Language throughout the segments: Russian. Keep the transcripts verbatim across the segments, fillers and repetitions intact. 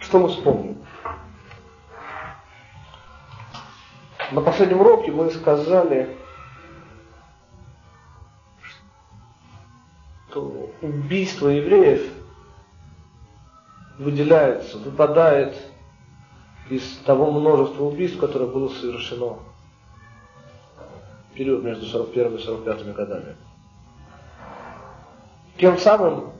Что мы вспомним? На последнем уроке мы сказали, что убийство евреев выделяется, выпадает из того множества убийств, которое было совершено в период между сорок первым и сорок пятым годами. Тем самым,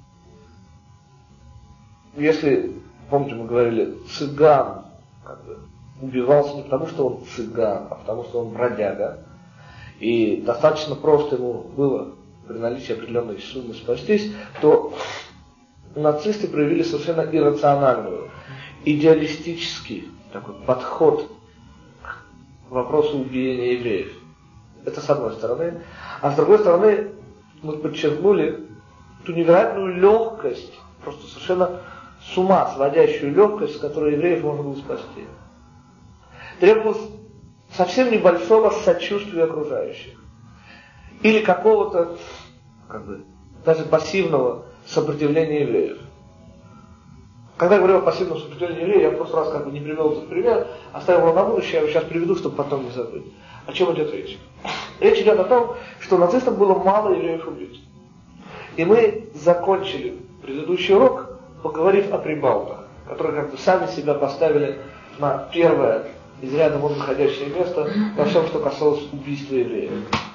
если, помните, мы говорили, цыган как бы убивался не потому, что он цыган, а потому, что он бродяга, и достаточно просто ему было при наличии определенной суммы спастись, то нацисты проявили совершенно иррациональную, идеалистический такой подход к вопросу убиения евреев. Это с одной стороны. А с другой стороны, мы подчеркнули ту невероятную легкость, просто совершенно с ума сводящую легкость, с которой евреев можно было спасти. Требовалось совсем небольшого сочувствия окружающих. Или какого-то, как бы, даже пассивного сопротивления евреев. Когда я говорю о пассивном сопротивлении евреев, я в прошлый раз как бы не привел этот пример, оставил его на будущее, я его сейчас приведу, чтобы потом не забыть. О чем идет речь? Речь идет о том, что нацистам было мало евреев убить. И мы закончили предыдущий урок, поговорив о прибалтах, которые как бы сами себя поставили на первое из ряда вон выходящее место во всем, что касалось убийства евреев.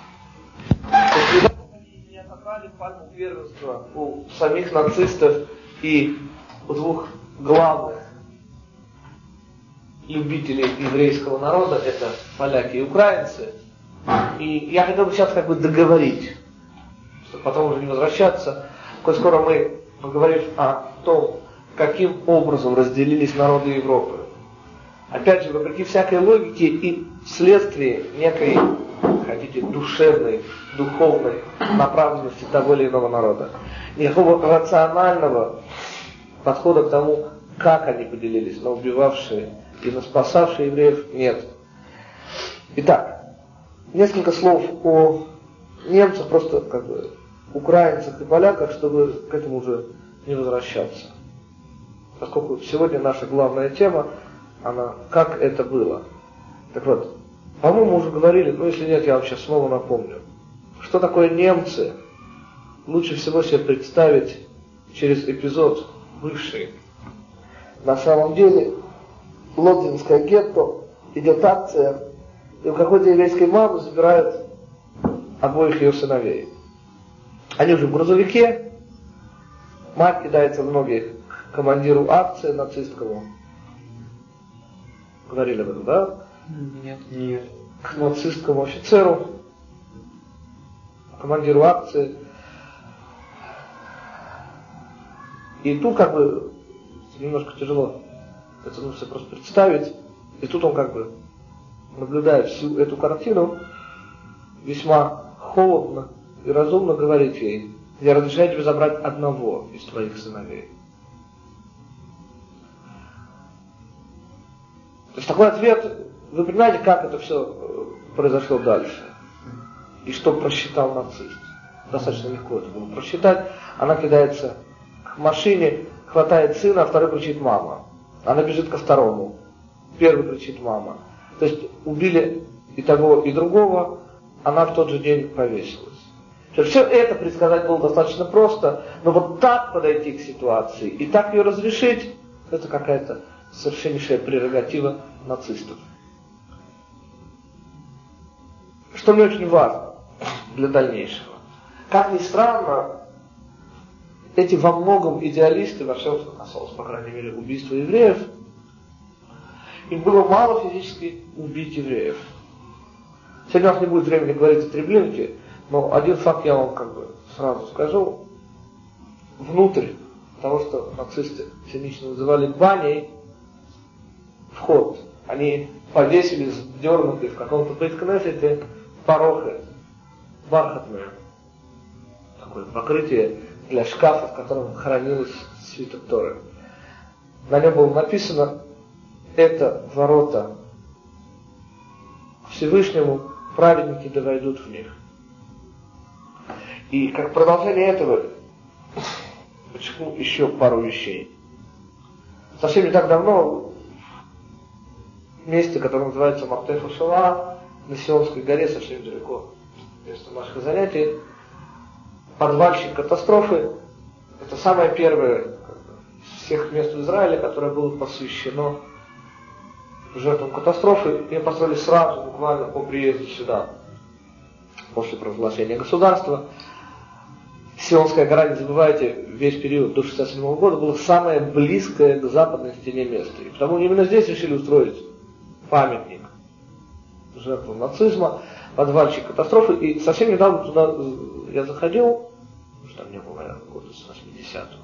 Они не отобрали пальму первенства у самих нацистов и у двух главных любителей еврейского народа, это поляки и украинцы. И я хотел бы сейчас как бы договорить, чтобы потом уже не возвращаться, коль скоро мы, поговорив о том, каким образом разделились народы Европы. Опять же, вопреки всякой логике и вследствие некой, хотите, душевной, духовной направленности того или иного народа. Никакого рационального подхода к тому, как они поделились на убивавшие и на спасавшие евреев, нет. Итак, несколько слов о немцах, просто как бы украинцах и поляках, чтобы к этому уже не возвращаться. Поскольку сегодня наша главная тема, она как это было. Так вот, по-моему, уже говорили, но если нет, я вам сейчас снова напомню. Что такое немцы? Лучше всего себе представить через эпизод бывший. На самом деле, Лодзинское гетто, идет акция, и у какой-то еврейской мамы забирают обоих ее сыновей. Они уже в грузовике, мать кидается в ноги к командиру акции нацистскому. Говорили об этом, да? Нет. Нет. К нацистскому офицеру, командиру акции. И тут как бы немножко тяжело это нужно себе просто представить. И тут он как бы наблюдает всю эту картину, весьма холодно и разумно говорит ей: я разрешаю тебе забрать одного из твоих сыновей. То есть такой ответ, вы понимаете, как это все произошло дальше? И что просчитал нацист? Достаточно легко это было просчитать. Она кидается к машине, хватает сына, а второй кричит «мама». Она бежит ко второму. Первый кричит «мама». То есть убили и того, и другого, она в тот же день повесилась. Все это предсказать было достаточно просто, но вот так подойти к ситуации и так ее разрешить, это какая-то совершеннейшая прерогатива нацистов. Что мне очень важно для дальнейшего. Как ни странно, эти во многом идеалисты, во всем, что касалось, по крайней мере, убийства евреев, им было мало физически убить евреев. Сегодня у нас не будет времени говорить о Треблинке, но один факт я вам как бы сразу скажу. Внутрь того, что нацисты цинично называли баней, вход, они повесили сдернутые в каком-то бейт-кнессете порохи, бархатное такое покрытие для шкафа, в котором хранилась свиток Торы. На нем было написано: это ворота Всевышнему, праведники да войдут в них. И как продолжение этого, почему еще пару вещей. совсем не так давно в месте, которое называется Мартеф-Шава, на Сионской горе, совсем далеко от места наших занятий, подвальщик катастрофы. Это самое первое из всех мест в Израиле, которое было посвящено жертвам катастрофы. Ее построили сразу, буквально по приезду сюда, после провозглашения государства. Сионская гора, не забывайте, весь период до шестьдесят седьмого года было самое близкое к западной стене место. И потому именно здесь решили устроить памятник жертвам нацизма, подвальщик катастрофы. И совсем недавно туда я заходил, что там не было, наверное, года с восьмидесятого.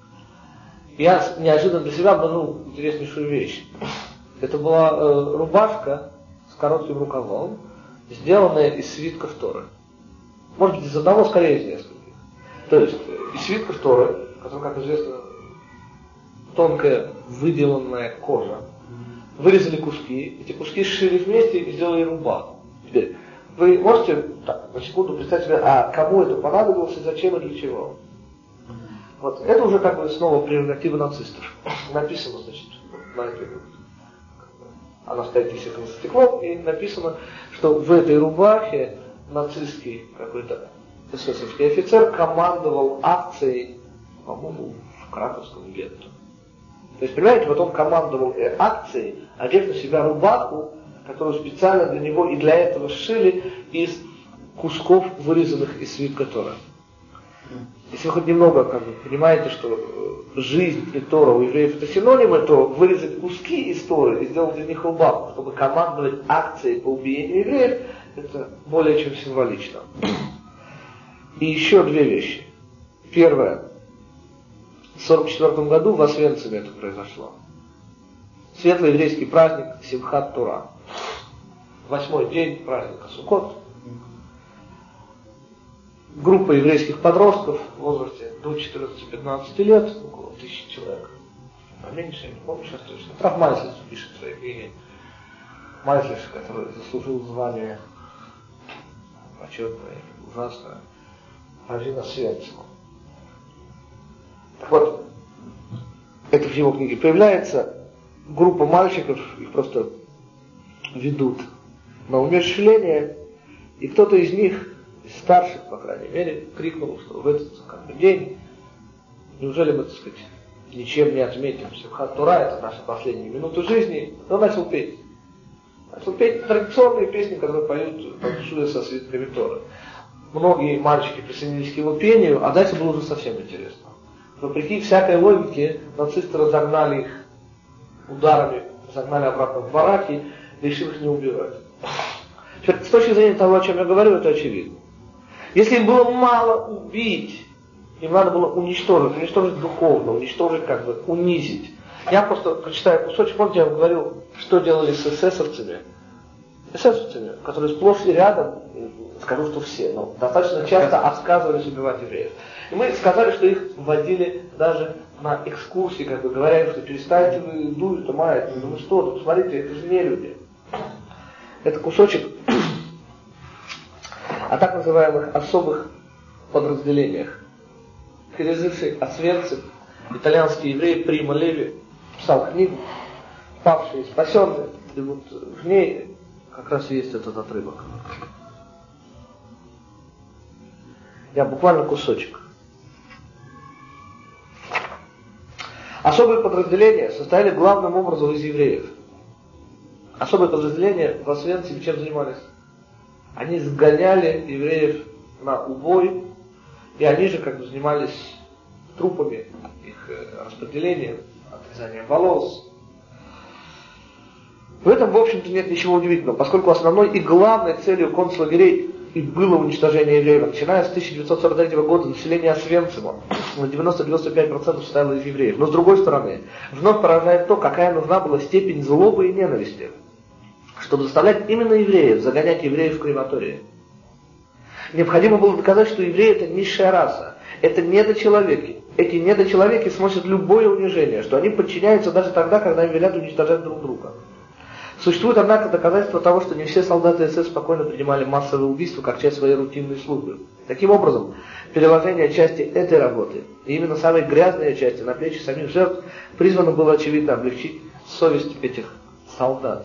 Я неожиданно для себя обнаружил интереснейшую вещь. Это была э, рубашка с коротким рукавом, сделанная из свитков Торы. Может быть, из одного, скорее, из нескольких. То есть, из свитков Торы, который, как известно, тонкая выделанная кожа, вырезали куски, эти куски сшили вместе и сделали рубаху. Теперь, вы можете так, на секунду представить себе, а кому это понадобилось и зачем и для чего? Вот, это уже как бы снова прерогатива нацистов. Написано, значит, на этой, она стоит действительно со стеклом, и написано, что в этой рубахе нацистский какой-то эсэсовский офицер командовал акцией, по-моему, в Краковском гетто. То есть, понимаете, вот он командовал акцией, одев на себя рубаху, которую специально для него и для этого сшили из кусков, вырезанных из свитка Тора. Если вы хоть немного как бы, понимаете, что жизнь и Тора у евреев это синонимы, то вырезать куски из Торы и сделать для них рубаху, чтобы командовать акцией по убиению евреев, это более чем символично. И еще две вещи. Первое. В сорок четвёртом году в Освенциме это произошло. Светлый еврейский праздник Симхат Тора. Восьмой день праздника Суккот. Группа еврейских подростков в возрасте до четырнадцати-пятнадцати лет, около тысячи человек, поменьше, я не помню сейчас точно. Раф Майслиш пишет в своей книге. Майслиш, который заслужил звание почетное, ужасное, Равина Освенцима. Так вот, это в его книге появляется. Группа мальчиков, их просто ведут на умерщвление, и кто-то из них, из старших, по крайней мере, крикнул, что в этот как бы, день, неужели мы, так сказать, ничем не отметим Симхат Тора, это наши последние минуты жизни, но начал петь. Начал петь традиционные песни, которые поют танцуя со свитками Торы. Многие мальчики присоединились к его пению, а дальше было уже совсем интересно. Вопреки всякой логике, нацисты разогнали их ударами, загнали обратно в бараки, решив их не убивать. Теперь, с точки зрения того, о чем я говорю, это очевидно. Если им было мало убить, им надо было уничтожить, уничтожить духовно, уничтожить, как бы, унизить. Я просто прочитаю кусочек, помните, я вам говорил, что делали с эсэсовцами. Эсэсовцами, которые сплошь и рядом, скажу, что все, но достаточно часто отказывались убивать евреев. И мы сказали, что их вводили даже на экскурсии, как бы говоря, что перестаньте вы дуют, маять, ну, ну что, ну, смотрите, это же не люди. Это кусочек о так называемых особых подразделениях. Переживший Освенцим, итальянский еврей Прима Леви писал книгу «Павшие и спасенные», и вот в ней как раз есть этот отрывок. Я буквально кусочек. Особые подразделения состояли главным образом из евреев. Особые подразделения в Освенциме чем занимались? Они сгоняли евреев на убой, и они же как бы занимались трупами, их распределением, отрезанием волос. В этом, в общем-то, нет ничего удивительного, поскольку основной и главной целью концлагерей и было уничтожение евреев. Начиная с тысяча девятьсот сорок третьего года население Освенцима на девяносто-девяносто пять процентов состояло из евреев. Но с другой стороны, вновь поражает то, какая нужна была степень злобы и ненависти, чтобы заставлять именно евреев загонять евреев в крематории. Необходимо было доказать, что евреи это низшая раса, это недочеловеки. Эти недочеловеки сносят любое унижение, что они подчиняются даже тогда, когда им велят уничтожать друг друга. Существует, однако, доказательство того, что не все солдаты СС спокойно принимали массовые убийства как часть своей рутинной службы. Таким образом, переложение части этой работы, и именно самой грязной части, на плечи самих жертв, призвано было, очевидно, облегчить совесть этих солдат.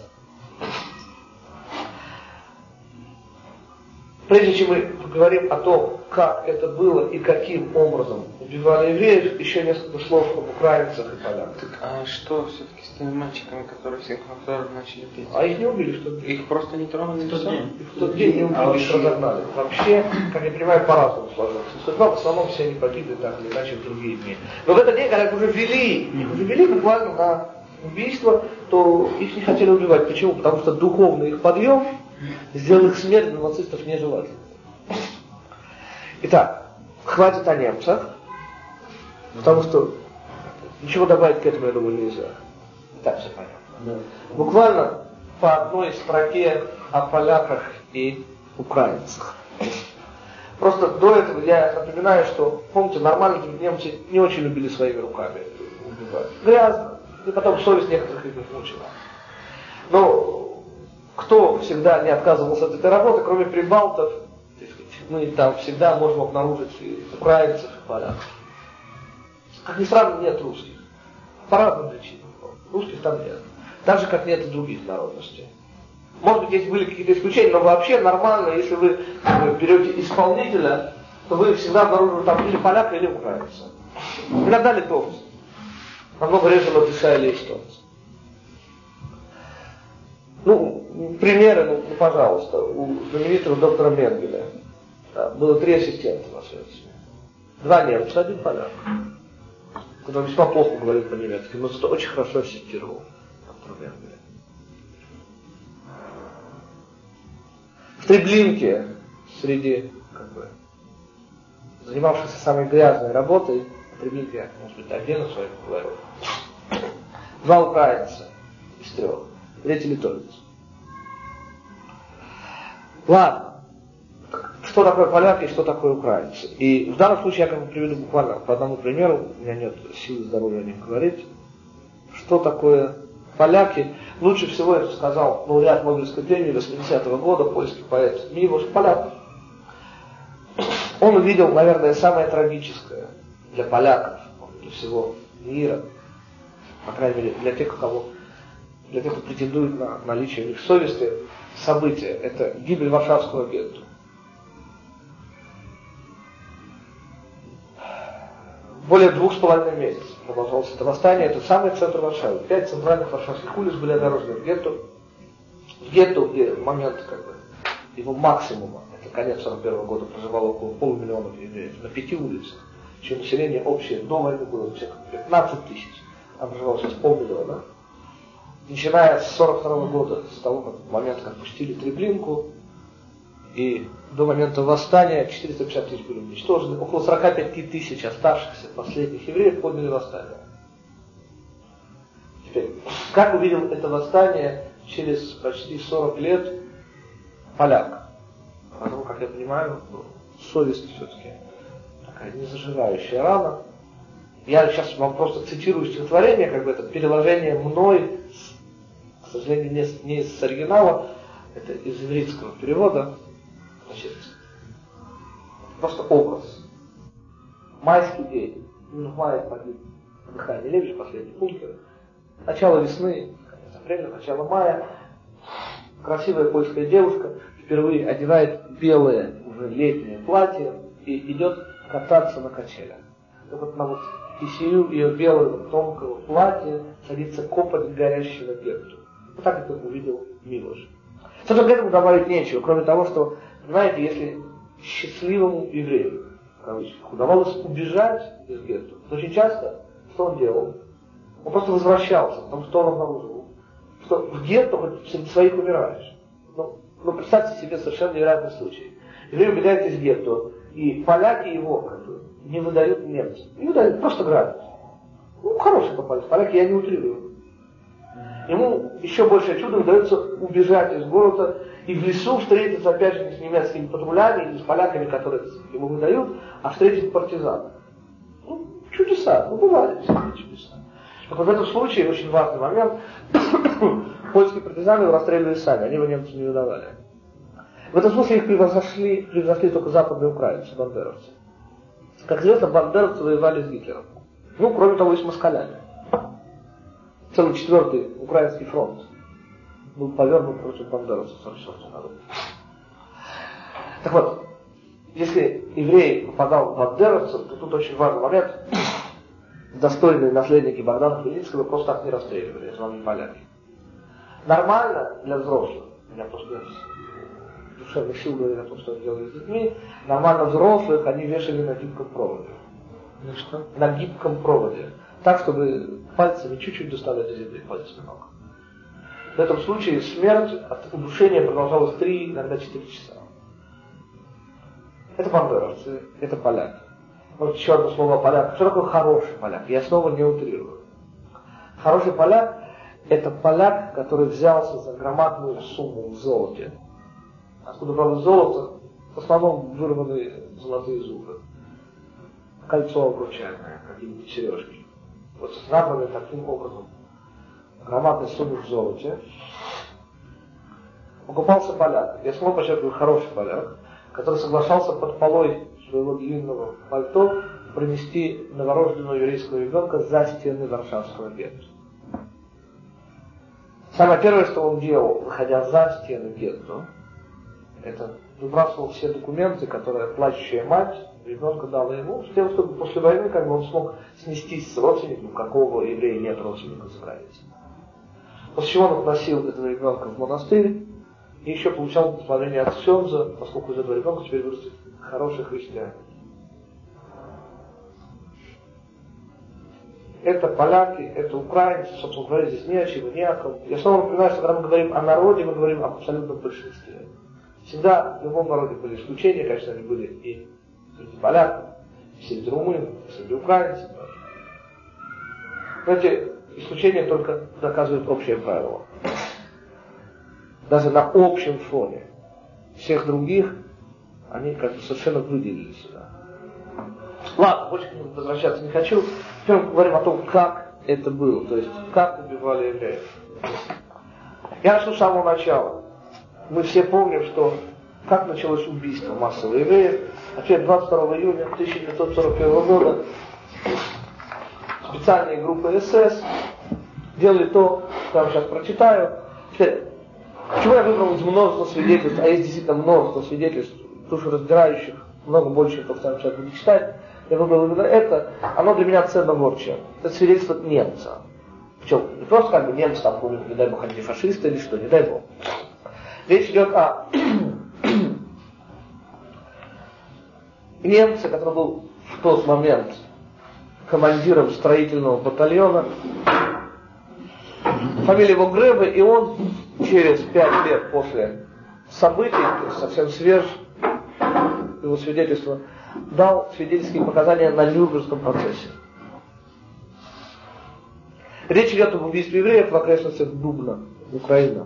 Прежде чем мы поговорим о том, как это было и каким образом убивали евреев, еще несколько слов об украинцах и поляках. Так, а что все-таки с теми мальчиками, которые всех начали петь? А их не убили, что ли? Их просто не тронули в тот день? Их в тот день не убили, их разогнали. Вообще, как я понимаю, по-разному сложилось. Судьба в основном все они погибли так или иначе в другие дни. Но в этот день, когда их уже вели, их уже вели буквально на убийство, то их не хотели убивать. Почему? Потому что духовный их подъем сделал их смерть для нацистов нежелательной. Итак, хватит о немцах, потому что ничего добавить к этому, я думаю, нельзя. Так все понятно. Да. Буквально по одной строке о поляках и украинцах. Просто до этого я напоминаю, что, помните, нормально немцы не очень любили своими руками убивать. Грязно, и потом совесть некоторых из них мучила. Но кто всегда не отказывался от этой работы, кроме прибалтов, мы там всегда можем обнаружить и украинцев, и поляков. Как ни странно, нет русских. По разным причинам. Русских там нет. Так же, как нет и других народностей. Может быть, есть были какие-то исключения, но вообще нормально, если вы, вы берете исполнителя, то вы всегда обнаружите там или поляка, или украинца. Иногда литовцы. Намного реже латыша или эстонца. Ну, примеры, ну, ну, пожалуйста, у знаменитого доктора Менгеля. Да, было три ассистента на Швеции. Два немца, один поляк. Который весьма плохо говорил по-немецки, но зато очень хорошо ассистировал доктора Менгеля. В Треблинке, среди, как бы, занимавшихся самой грязной работой, в Треблинке, я, может быть, отдельно с вами говорю, два украинца из трех, третий литовец. Ладно. Что такое поляки и что такое украинцы. И в данном случае я как бы приведу буквально по одному примеру, у меня нет силы здоровья о них говорить. Что такое поляки? Лучше всего это сказал лауреат Нобелевской премии восьмидесятого года, польский поэт Милош Поляк. Он увидел, наверное, самое трагическое для поляков, для всего мира, по крайней мере, для тех, у кого, для тех, кто претендует на наличие у них совести, событие. Это гибель Варшавского гетто. Более двух с половиной месяцев продолжалось это восстание. Это самый центр Варшавы. Пять центральных варшавских улиц были обнаружены в гетто. В гетто, где момент как бы, его максимума, это конец сорок первого года, проживало около полумиллиона евреев. На пяти улицах, чье население общее до войны было пятнадцать тысяч, а проживало сейчас полмиллиона. Начиная с сорок второго года, с того как, момента, как пустили Треблинку, и до момента восстания четыреста пятьдесят тысяч были уничтожены. Около сорок пять тысяч оставшихся последних евреев подняли восстание. Теперь, как увидел это восстание через почти сорок лет поляк? Потому, как я понимаю, совесть все-таки такая незаживающая рана. Я сейчас вам просто цитирую стихотворение, как бы это переложение мной, к сожалению, не, не из оригинала, это из ивритского перевода. Значит, просто образ. Майский день. В мае погиб Михаил Левич, последний бункер. Начало весны, конец апреля, начало мая. Красивая польская девушка впервые одевает белое, уже летнее платье и идет кататься на качелях. И вот на вот кисею ее белого тонкого платья садится копоть горящего гетто. Вот так это увидел Милош. Собственно, к этому добавить нечего, кроме того, что, понимаете, если счастливому еврею, в кавычках, удавалось убежать из гетто, то очень часто, что он делал? Он просто возвращался, потому что он обнаружил, что в гетто хоть среди своих умираешь. Ну, ну, представьте себе совершенно невероятный случай. Еврей убегает из гетто, и поляки его как бы не выдают немцам. Не выдают, просто грабят. Ну, хорошие попались поляки, я не утрирую. Ему еще большее чудо удается убежать из города и в лесу встретиться опять же не с немецкими патрулями, не с поляками, которые ему выдают, а встретить партизан. Ну, чудеса, ну бывают всякие чудеса. Так вот в этом случае очень важный момент. Польские партизаны его расстреливали сами, они его немцам не выдавали. В этом смысле их превзошли, превзошли только западные украинцы, бандеровцы. Как известно, бандеровцы воевали с Гитлером. Ну, кроме того, и с москалями. Целый четвертый украинский фронт был повернут против бандеровцев в сорок четвёртом году. Так вот, если еврей попадал в бандеровцев, то тут очень важный момент. Достойные наследники Богдана Хмельницкого просто так не расстреливали, это вам не поляки. Нормально для взрослых, я просто душевных сил говорю о том, что они делали с детьми, нормально взрослых они вешали на гибком проводе. На что? На гибком проводе. Так, чтобы пальцами чуть-чуть доставать до земли, пальцами ног. В этом случае смерть от удушения продолжалась три, иногда четыре часа. Это бандеровцы, это поляки. Вот еще одно слово поляк. Что такое хороший поляк? Я снова не утрирую. Хороший поляк – это поляк, который взялся за громадную сумму в золоте. Откуда брали золото? В основном вырваны золотые зубы. Кольцо обручальное, какие-нибудь сережки. Вот набраны таким образом громадной суммы в золоте. Покупался поляк. Я снова подчеркиваю, хороший поляк, который соглашался под полой своего длинного пальто пронести новорожденного еврейского ребенка за стены Варшавского гетто. Самое первое, что он делал, выходя за стены гетто, это выбрасывал все документы, которые плачущая мать ребенка дала ему, с тем, чтобы после войны как бы он смог снестись с родственником, какого еврея нет родственника за границей. После чего он относил этого ребенка в монастырь и еще получал благословение от Ксенза, поскольку из этого ребенка теперь вырастет хороший христианин. Это поляки, это украинцы, собственно говоря, здесь не о чем, не о ком. Я снова напоминаю, что когда мы говорим о народе, мы говорим об абсолютном большинстве. Всегда в любом народе были исключения, конечно, они были и среди поляков, и среди румын, и среди украинцев. Но эти исключения только доказывают общее правило. Даже на общем фоне всех других они как бы совершенно выделили себя. Ладно, больше к ним возвращаться не хочу. Теперь мы говорим о том, как это было, то есть как убивали евреев. Я начну с самого начала. Мы все помним, что как началось убийство массовых евреев. Ответ двадцать второго июня тысяча девятьсот сорок первого года специальные группы эс эс делали то, что я вам сейчас прочитаю. Теперь, почему я выбрал из множества свидетельств, а есть действительно множество свидетельств, душераздирающих, много больше, чем то, что я сейчас буду читать. Я выбрал именно это, оно для меня ценно вот чем. Это свидетельство немца. Причем не просто как бы немцы, там, не дай бог, антифашисты или что, не дай бог. Речь идет о немце, который был в тот момент командиром строительного батальона. Фамилия его Гребе, и он через пять лет после событий, то есть совсем свеж, его свидетельство, дал свидетельские показания на Нюрнбергском процессе. Речь идет об убийстве евреев в окрестностях Дубна, Украина.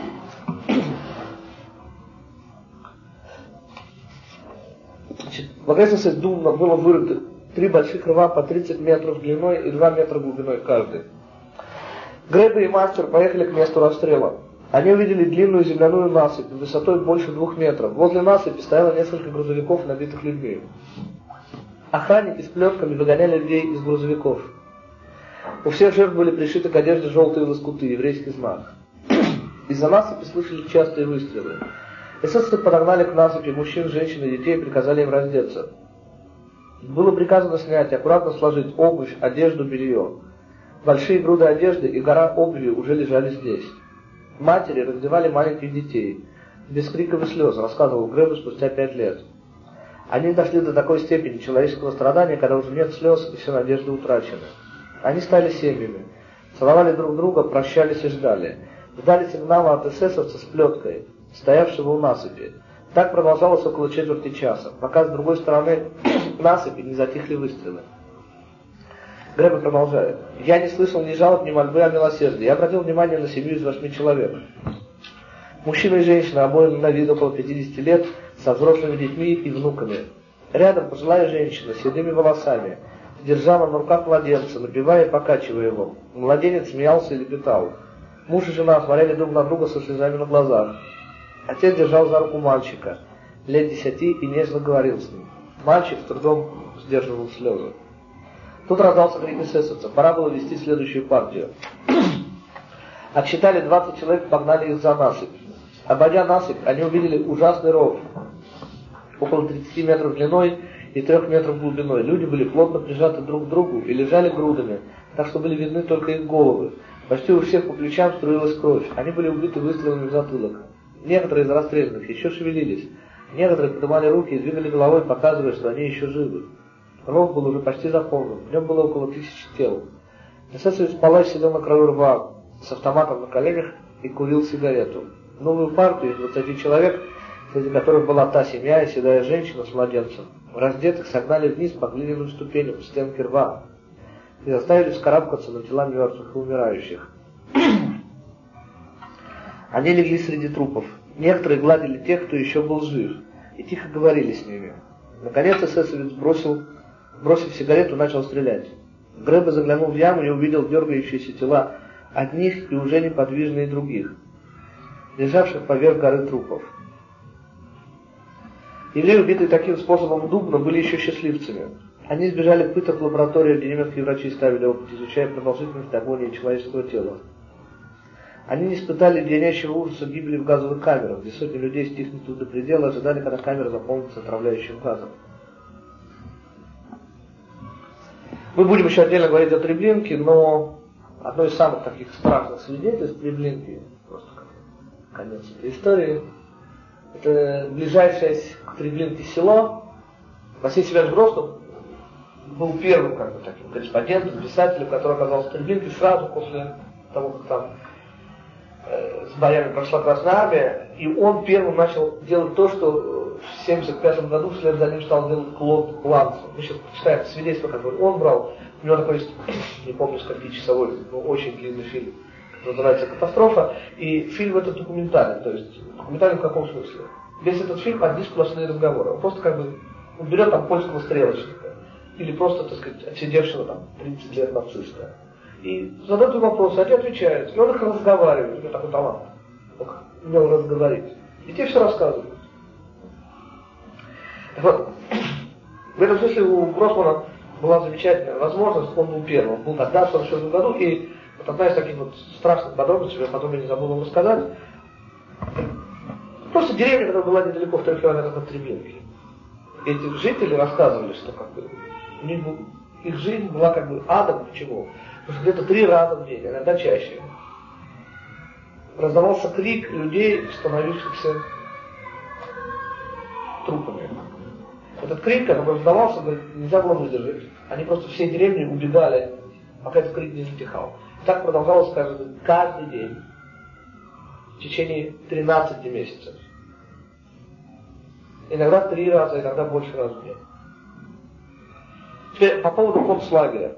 Значит, в окрестностях Дубна было вырыто три больших рва по тридцать метров длиной и два метра глубиной каждый. Гребе и мастер поехали к месту расстрела. Они увидели длинную земляную насыпь высотой больше двух метров. Возле насыпи стояло несколько грузовиков, набитых людьми. Охранники с плетками выгоняли людей из грузовиков. У всех жертв были пришиты к одежде желтые лоскуты, еврейский знак. Из-за насыпи слышали частые выстрелы. Эсэсовцы подогнали к насыпи мужчин, женщин и детей и приказали им раздеться. Было приказано снять и аккуратно сложить обувь, одежду, белье. Большие груды одежды и гора обуви уже лежали здесь. Матери раздевали маленьких детей. Без криков и слез, рассказывал Гребе спустя пять лет. Они дошли до такой степени человеческого страдания, когда уже нет слез и все надежды утрачены. Они стали семьями, целовали друг друга, прощались и ждали. Ждали сигнала от эсэсовца с плеткой, стоявшего у насыпи. Так продолжалось около четверти часа, пока с другой стороны насыпи не затихли выстрелы. Гребе продолжает. Я не слышал ни жалоб, ни мольбы о милосердии. Я обратил внимание на семью из восьми человек. Мужчина и женщина, обоим на вид около пятидесяти лет, со взрослыми детьми и внуками. Рядом пожилая женщина с седыми волосами, держала на руках младенца, напевая и покачивая его. Младенец смеялся и лепетал. Муж и жена смотрели друг на друга со слезами на глазах. Отец держал за руку мальчика, лет десяти, и нежно говорил с ним. Мальчик с трудом сдерживал слезы. Тут раздался крик эсэсовцев. Пора было вести следующую партию. Отсчитали двадцать человек, погнали их за насыпь. Обойдя насыпь, они увидели ужасный ров, около тридцати метров длиной и трех метров глубиной. Люди были плотно прижаты друг к другу и лежали грудами, так что были видны только их головы. Почти у всех по плечам струилась кровь. Они были убиты выстрелами в затылок. Некоторые из расстрелянных еще шевелились. Некоторые поднимали руки и двигали головой, показывая, что они еще живы. Ров был уже почти заполнен. В нем было около тысячи тел. Эсэсовец палач сидел на краю рва с автоматом на коленях и курил сигарету. Новую партию из двадцати человек, среди которых была та семья и седая женщина с младенцем, раздетых согнали вниз по глиняным ступеням в стенки рва и заставили вскарабкаться на тела мертвых и умирающих. Они легли среди трупов. Некоторые гладили тех, кто еще был жив, и тихо говорили с ними. Наконец эсэсовец бросил, бросив сигарету, начал стрелять. Грэбе заглянул в яму и увидел дергающиеся тела одних и уже неподвижные других, лежавших поверх горы трупов. Евреи, убитые таким способом дубно, были еще счастливцами. Они избежали пыток в лаборатории, где немецкие врачи ставили опыт, изучая продолжительность агонии человеческого тела. Они не испытали леденящего ужаса гибели в газовых камерах, где сотни людей, стиснутых до предела, ожидали, когда камера заполнится отравляющим газом. Мы будем еще отдельно говорить о Треблинке, но одно из самых таких страшных свидетельств Треблинки, просто конец этой истории, это ближайшее к Треблинке село. Василий Семенович Грозный был первым как бы, таким корреспондентом, писателем, который оказался в Треблинке сразу после того, как там э, с боями прошла Красная Армия, и он первым начал делать то, что в семьдесят пятом году вслед за ним стал делать Клод Ланс. Мы сейчас читаем свидетельство, которое он брал. У него такой есть, не помню, скольки-часовой, но очень длинный фильм, называется «Катастрофа», и фильм этот документальный, то есть документальный в каком смысле? Весь этот фильм одни сплошные разговоры. Он просто как бы он берет там польского стрелочника, или просто, так сказать, отсидевшего там тридцать лет нациста, и задает ему вопросы, а те отвечают, и он их разговаривает, у него такой талант, он умел разговорить, и те все рассказывают. Так вот, в этом смысле у Гроссмана была замечательная возможность, он был первым, он был тогда в сорок четвёртом году, и вот одна из таких вот страшных подробностей, я потом я не забыл вам рассказать, просто деревня, которая была недалеко в трех километрах от Треблинки. Эти жители рассказывали, что как бы, у них был, их жизнь была как бы адом. Почему? Потому что где-то три раза в день, иногда чаще, раздавался крик людей, становившихся трупами. Этот крик, который раздавался, нельзя было выдержать. Они просто всей деревни убегали, пока этот крик не затихал. Так продолжалось каждый, каждый день в течение тринадцати месяцев. Иногда три раза, иногда больше раз в день. Теперь по поводу концлагеря.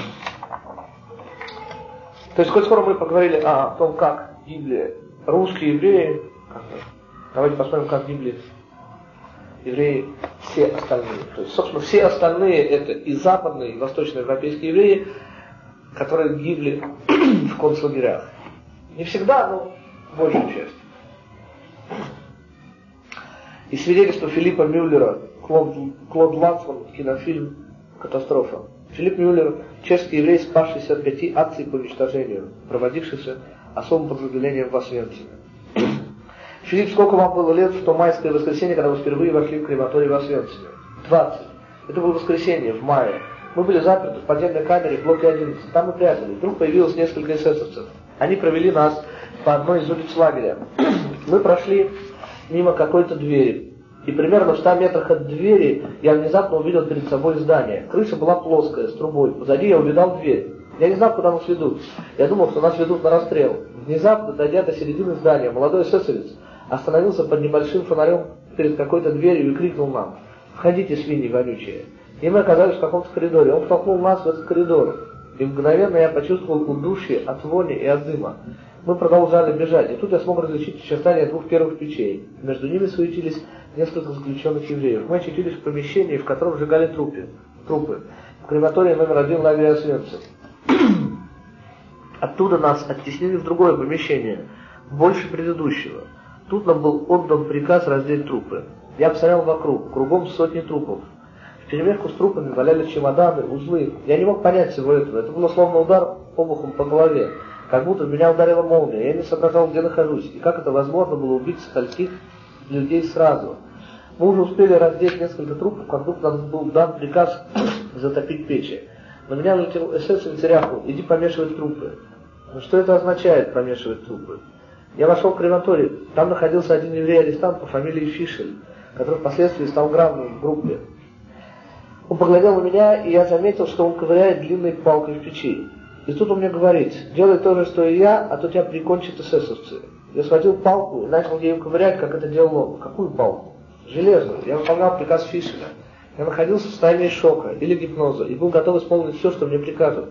То есть, коль скоро мы поговорили о том, как гибли русские евреи, давайте посмотрим, как гибли евреи все остальные. То есть, собственно, все остальные это и западные, и восточноевропейские евреи, которые гибли в концлагерях. Не всегда, но большую часть. И свидетельство Филиппа Мюллера, Клод, Клод Лансман, кинофильм «Катастрофа». Филипп Мюллер – чешский еврей, спасшийся от пяти акций по уничтожению, проводившихся особым подразделением в Освенциме. Филипп, сколько вам было лет в то майское воскресенье, когда вы впервые вошли в крематорий в Освенциме? двадцать. Это было воскресенье, в мае. Мы были заперты в подземной камере в блоке одиннадцать. Там мы прятались. Вдруг появилось несколько эсэсовцев. Они провели нас по одной из улиц лагеря. Мы прошли мимо какой-то двери. И примерно в ста метрах от двери я внезапно увидел перед собой здание. Крыша была плоская, с трубой. Позади я увидал дверь. Я не знал, куда нас ведут. Я думал, что нас ведут на расстрел. Внезапно, дойдя до середины здания, молодой эсэсовец остановился под небольшим фонарем перед какой-то дверью и крикнул нам: «Входите, свиньи вонючие!» И мы оказались в каком-то коридоре. Он втолкнул нас в этот коридор. И мгновенно я почувствовал удушье от вони и от дыма. Мы продолжали бежать, и тут я смог различить очертания двух первых печей. Между ними суетились несколько заключенных евреев. Мы очутились в помещении, в котором сжигали трупы. трупы. в крематории номер один лагеря Освенцим. Оттуда нас оттеснили в другое помещение, больше предыдущего. Тут нам был отдан приказ раздеть трупы. Я посмотрел вокруг, кругом сотни трупов. Вперемешку с трупами валялись чемоданы, узлы. Я не мог понять всего этого. Это было словно удар обухом по голове. Как будто в меня ударила молния. Я не соображал, где нахожусь. И как это возможно было убить стольких людей сразу. Мы уже успели раздеть несколько трупов, как вдруг нам был дан приказ затопить печи. На меня налетел эсэсовец и рявкнул: иди помешивать трупы. Но что это означает, помешивать трупы? Я вошел в крематорий. Там находился один еврей-арестант по фамилии Фишель, который впоследствии стал главным в группе. Он поглядел на меня, и я заметил, что он ковыряет длинной палкой в печи. И тут он мне говорит: делай то же, что и я, а то тебя прикончат эсэсовцы. Я схватил палку и начал ею ковырять, как это делал он. Какую палку? Железную. Я выполнял приказ Фишеля. Я находился в состоянии шока или гипноза и был готов исполнить все, что мне прикажут.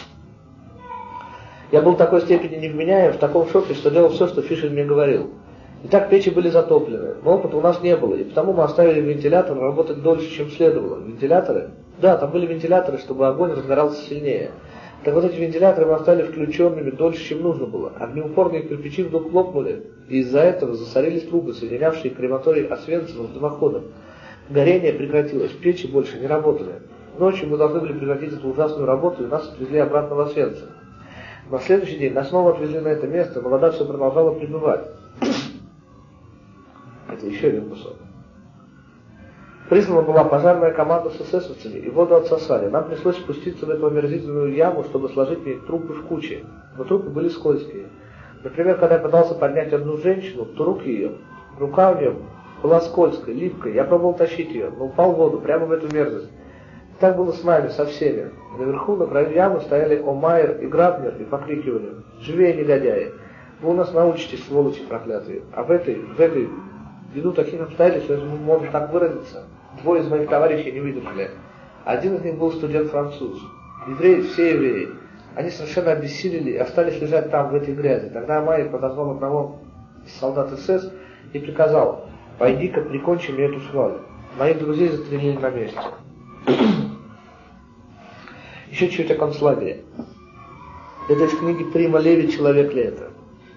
Я был в такой степени невменяем, в таком шоке, что делал все, что Фишель мне говорил. Итак, печи были затоплены, но опыта у нас не было, и потому мы оставили вентилятор работать дольше, чем следовало. Вентиляторы? Да, там были вентиляторы, чтобы огонь разгорался сильнее. Так вот, эти вентиляторы мы оставили включенными дольше, чем нужно было. Огнеупорные кирпичи вдруг лопнули, и из-за этого засорились трубы, соединявшие крематорий Освенцима с дымоходом. Горение прекратилось, печи больше не работали. Ночью мы должны были прекратить эту ужасную работу, и нас отвезли обратно в Освенцим. На следующий день нас снова отвезли на это место, но вода все продолжала прибывать. Это еще один кусок. Призвана была пожарная команда с эсэсовцами, и воду отсосали. Нам пришлось спуститься в эту омерзительную яму, чтобы сложить в ней трупы в куче. Но трупы были скользкие. Например, когда я пытался поднять одну женщину, то руки ее, рука у нее была скользкой, липкой. Я пробовал тащить ее, но упал в воду, прямо в эту мерзость. Так было с нами, со всеми. Наверху, на краю ямы, стояли Омайер и Грабнер и покрикивали: «Живее, негодяи! Вы у нас научитесь, сволочи проклятые!» А в этой, в этой, ввиду таких обстоятельств, если мы можем так выразиться, двое из моих товарищей не выдержали. Один из них был студент-француз. Евреи, все евреи. Они совершенно обессилели и остались лежать там, в этой грязи. Тогда Омайер подозвал одного из солдат СС и приказал: «Пойди-ка, прикончи мне эту шваль». Моих друзей застрелили на месте. Еще чуть-чуть о концлагере. Это из книги Прима Леви «Человек ли это?».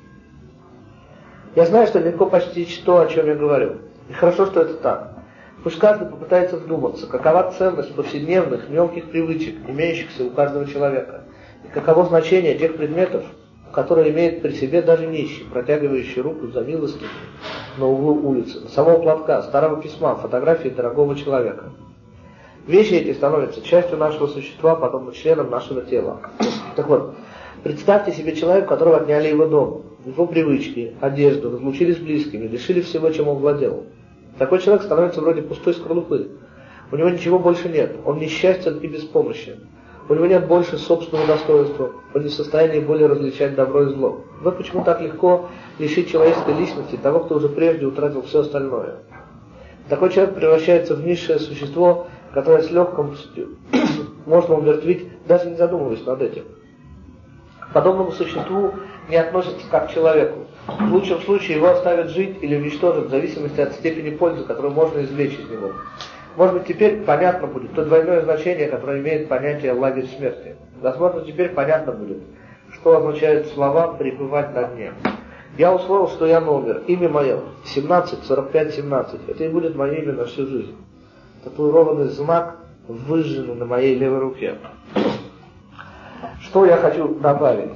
Я знаю, что легко постичь то, о чем я говорю. И хорошо, что это так. Пусть каждый попытается вдуматься, какова ценность повседневных, мелких привычек, имеющихся у каждого человека, и каково значение тех предметов, которые имеет при себе даже нищий, протягивающий руку за милостью на углу улицы, носового платка, старого письма, фотографии дорогого человека. Вещи эти становятся частью нашего существа, подобно членам нашего тела. Так вот, представьте себе человека, которого отняли его дом, его привычки, одежду, разлучили с близкими, лишили всего, чем он владел. Такой человек становится вроде пустой скорлупы. У него ничего больше нет, он несчастен и беспомощен. У него нет больше собственного достоинства, он не в состоянии более различать добро и зло. Вот почему так легко лишить человеческой личности того, кто уже прежде утратил все остальное. Такой человек превращается в низшее существо, которое с легкостью можно умертвить, даже не задумываясь над этим. К подобному существу не относятся как к человеку. В лучшем случае его оставят жить или уничтожат в зависимости от степени пользы, которую можно извлечь из него. Может быть, теперь понятно будет то двойное значение, которое имеет понятие «лагерь смерти». Возможно, теперь понятно будет, что означают слова «пребывать на дне». Я усвоил, что я номер, имя мое семнадцать сорок пять семнадцать. Это и будет мое имя на всю жизнь. Татуированный знак выжженный на моей левой руке. Что я хочу добавить?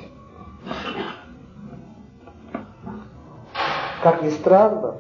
Как ни странно,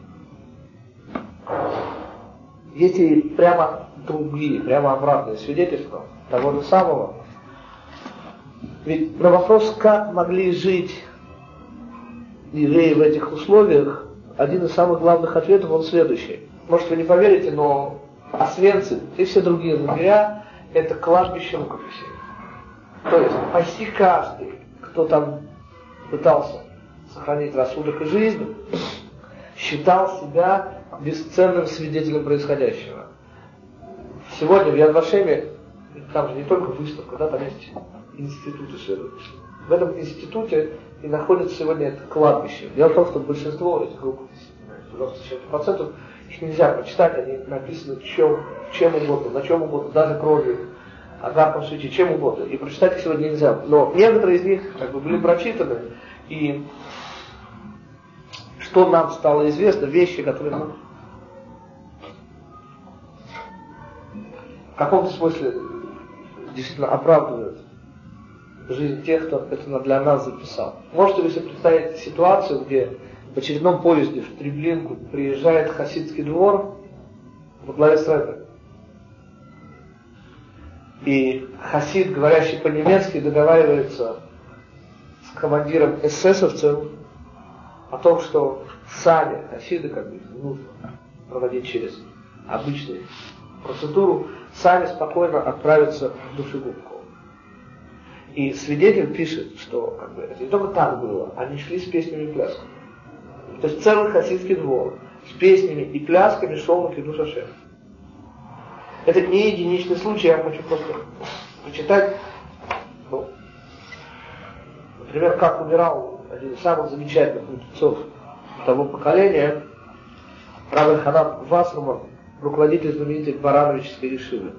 есть и прямо другие, прямо обратные свидетельства того же самого. Ведь на вопрос, как могли жить евреи в этих условиях, один из самых главных ответов, он следующий. Может, вы не поверите, но Освенцим и все другие лагеря – это кладбище рукописей. То есть почти каждый, кто там пытался сохранить рассудок и жизнь, считал себя бесценным свидетелем происходящего. Сегодня в Яд Вашеме, там же не только выставка, да, там есть институт исследовательский. В этом институте и находится сегодня это кладбище. Дело в том, что большинство этих рукописей, девяносто семь процентов, их нельзя прочитать, они написаны чем, чем угодно, на чем угодно, даже кровью. о жарком свете, чем угодно. И прочитать их сегодня нельзя. Но некоторые из них как бы были прочитаны, и что нам стало известно, вещи, которые мы в каком-то смысле действительно оправдывают жизнь тех, кто это для нас записал. Можете ли себе представить ситуацию, где в очередном поезде в Треблинку приезжает хасидский двор во главе с рэбе. И хасид, говорящий по-немецки, договаривается с командиром эсэсовцев о том, что сами хасиды, как бы, нужно проводить через обычную процедуру, сами спокойно отправятся в душегубку. И свидетель пишет, что как бы, это не только так было, они шли с песнями и плясками. То есть целый хасидский двор с песнями и плясками шел на Кидуш Ашем. Это не единичный случай, я хочу просто почитать, ну, например, как умирал один из самых замечательных мудрецов того поколения, Рав Ханан Вассерман, руководитель знаменитой Барановической ешивы.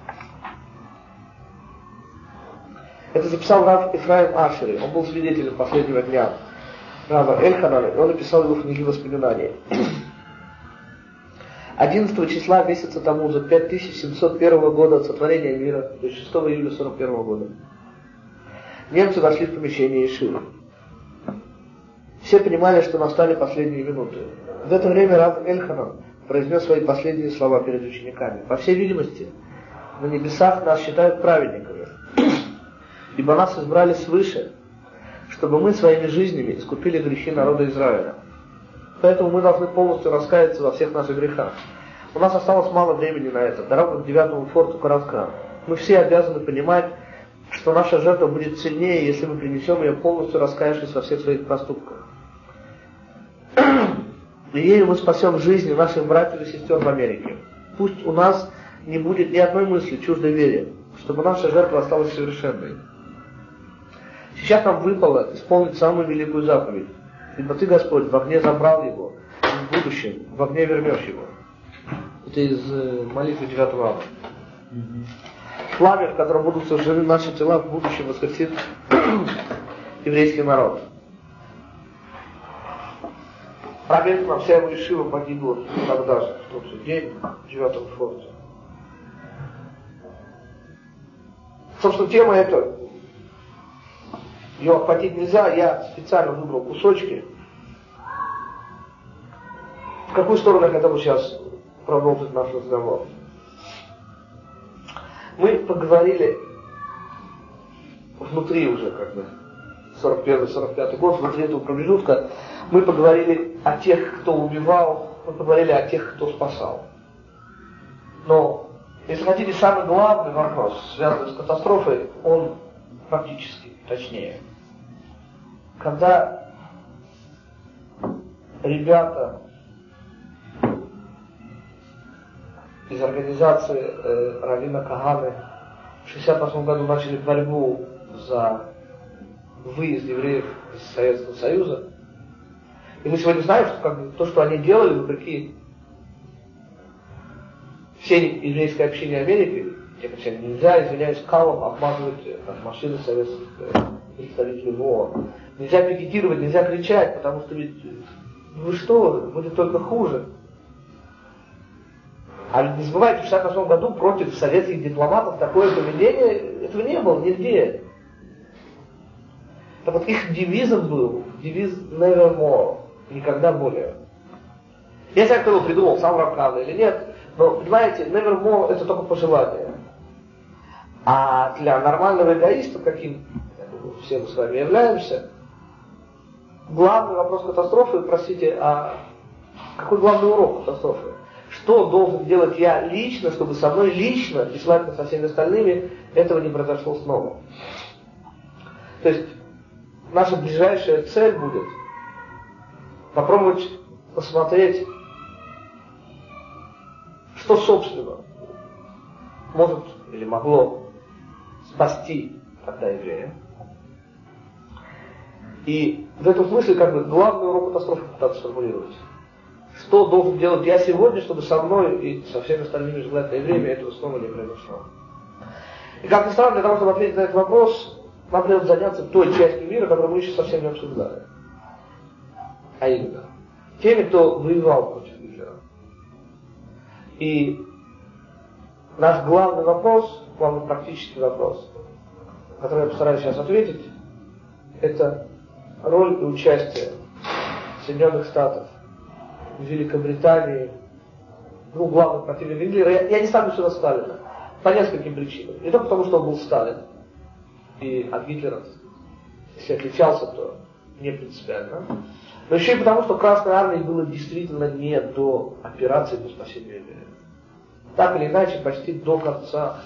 Это записал Рав Ифраим Ашери, он был свидетелем последнего дня Рава Эль-Ханана, и он написал его в книге воспоминаний. одиннадцатого числа месяца Тамуза пять тысяч семьсот первого года от сотворения мира, то есть шестого июля сорок первого года, немцы вошли в помещение ешивы. Все понимали, что настали последние минуты. В это время Рав Эль-Ханан произнес свои последние слова перед учениками. По всей видимости, на небесах нас считают праведниками, ибо нас избрали свыше, чтобы мы своими жизнями искупили грехи народа Израиля. Поэтому мы должны полностью раскаяться во всех наших грехах. У нас осталось мало времени на это. Дорога к девятому форту коротка. Мы все обязаны понимать, что наша жертва будет сильнее, если мы принесем ее полностью раскаявшись во всех своих проступках. И ею мы спасем жизни наших братьев и сестер в Америке. Пусть у нас не будет ни одной мысли чуждой вере, чтобы наша жертва осталась совершенной. Сейчас нам выпало исполнить самую великую заповедь. Ибо Ты, Господь, в огне забрал его, и в будущем в огне вернешь его. Это из молитвы девятого ава. Пламя, в котором будут сожжены наши тела, в будущем воскресит еврейский народ. Правильно, вся его ешива погибла тогда же, в тот же день, в девятом форте. Собственно, тема эта, ее охватить нельзя, я специально выбрал кусочки. В какую сторону я хотел бы сейчас продолжить наш разговор? Мы поговорили внутри уже, как бы, сорок первый сорок пятый год, внутри этого промежутка, мы поговорили о тех, кто убивал, мы поговорили о тех, кто спасал. Но, если хотите, самый главный вопрос, связанный с катастрофой, он практически точнее. Когда ребята из организации э, Равина Каганы в шестьдесят восьмом году начали борьбу за выезд евреев из Советского Союза, и мы сегодня знаем, что как бы, то, что они делали, вопреки всей еврейской общине Америки, нельзя, извиняюсь, калом обмазывать машины советских представителей ВОО. Нельзя пикетировать, нельзя кричать, потому что ведь вы что, будет только хуже. А ведь не забывайте, в шестьдесят восьмом году против советских дипломатов такое поведение, этого не было нигде. Так вот их девизом был, девиз never more, никогда более. Я не знаю, кто его придумал, сам Равкана или нет, но, понимаете, never more это только пожелание. А для нормального эгоиста, каким все мы с вами являемся, главный вопрос катастрофы, простите, а какой главный урок катастрофы? Что должен делать я лично, чтобы со мной лично, и желательно со всеми остальными, этого не произошло снова? То есть, наша ближайшая цель будет попробовать посмотреть, что, собственно, может или могло спасти тогда еврея. И в этом смысле, как бы, главный урок катастрофы пытаться сформулировать. Что должен делать я сегодня, чтобы со мной и со всеми остальными желательное время этого снова не произошло. И как ни странно, для того, чтобы ответить на этот вопрос, нам придется заняться той частью мира, которую мы еще совсем не обсуждали. А именно, теми, кто воевал против Гитлера. И наш главный вопрос, главный практический вопрос, на который я постараюсь сейчас ответить, это роль и участие Соединенных Штатов, Великобритании, ну, главный противник Гитлера. Я, я не ставлю сюда Сталина. По нескольким причинам. Не только потому, что он был Сталин, и от Гитлера, если отличался, то не принципиально, но еще и потому, что Красной Армии было действительно не до операции по спасению мира. Так или иначе, почти до конца.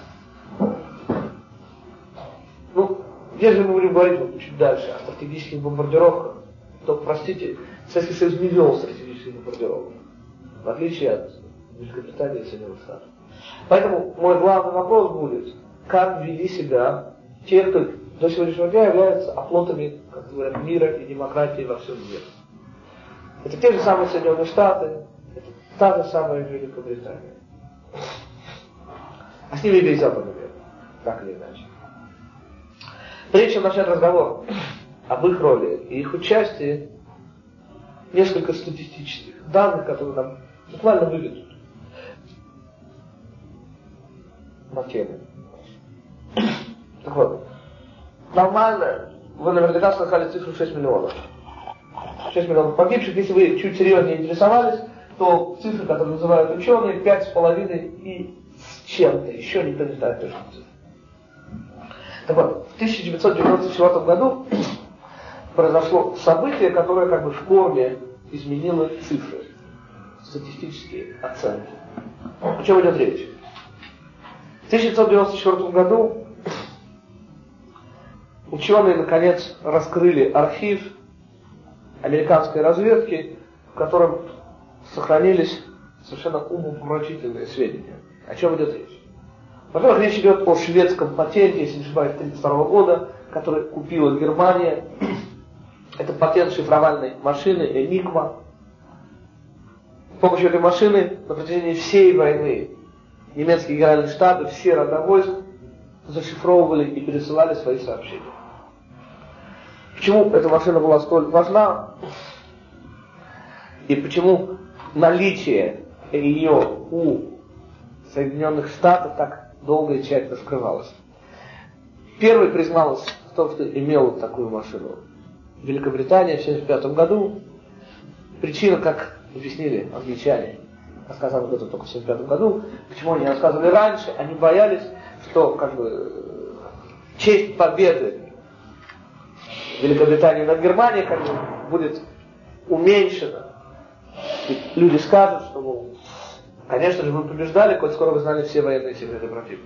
Ну, если мы будем говорить вот, чуть дальше о стратегических бомбардировках, то, простите, Советский Союз не вел стратегических бомбардировок, в отличие от Великобритании и Соединенных Штатов. Поэтому мой главный вопрос будет, как вели себя те, кто до сегодняшнего дня являются оплотами, как говорят, мира и демократии во всем мире. Это те же самые Соединенные Штаты, это та же самая Великобритания. А с ними весь западный мир, так или иначе. Прежде чем начать разговор об их роли и их участии, несколько статистических данных, которые нам буквально выведут на тему. Так вот, нормально, вы наверняка слыхали цифру шесть миллионов. шесть миллионов погибших. Если вы чуть серьезнее интересовались, то цифры, которые называют ученые, пять с половиной и с чем-то. Еще никто не знает точно цифры. Так вот, в тысяча девятьсот девяносто четвёртом году произошло событие, которое как бы в корне изменило цифры, статистические оценки. О чем идет речь? В тысяча девятьсот девяносто четвёртом году ученые наконец раскрыли архив американской разведки, в котором сохранились совершенно умопомрачительные сведения. О чем идет речь? Во-первых, речь идет о шведском патенте, если не ошибаюсь, тысяча девятьсот тридцать второго года, который купила Германия. Это патент шифровальной машины Enigma. С помощью этой машины на протяжении всей войны немецкие генеральные штабы, все рода войск зашифровывали и пересылали свои сообщения. Почему эта машина была столь важна и почему наличие ее у Соединенных Штатов так долго и тщательно скрывалось? Первой призналась в том, что имела такую машину Великобритания в тысяча девятьсот семьдесят пятом году. Причина, как объяснили англичане, рассказали об этом только в тысяча девятьсот семьдесят пятом году. Почему они рассказывали раньше? Они боялись, что как бы честь победы Великобритании над Германией как бы будет уменьшена. И люди скажут, что, мол, конечно же, вы побеждали, коль скоро вы знали все военные секреты противника.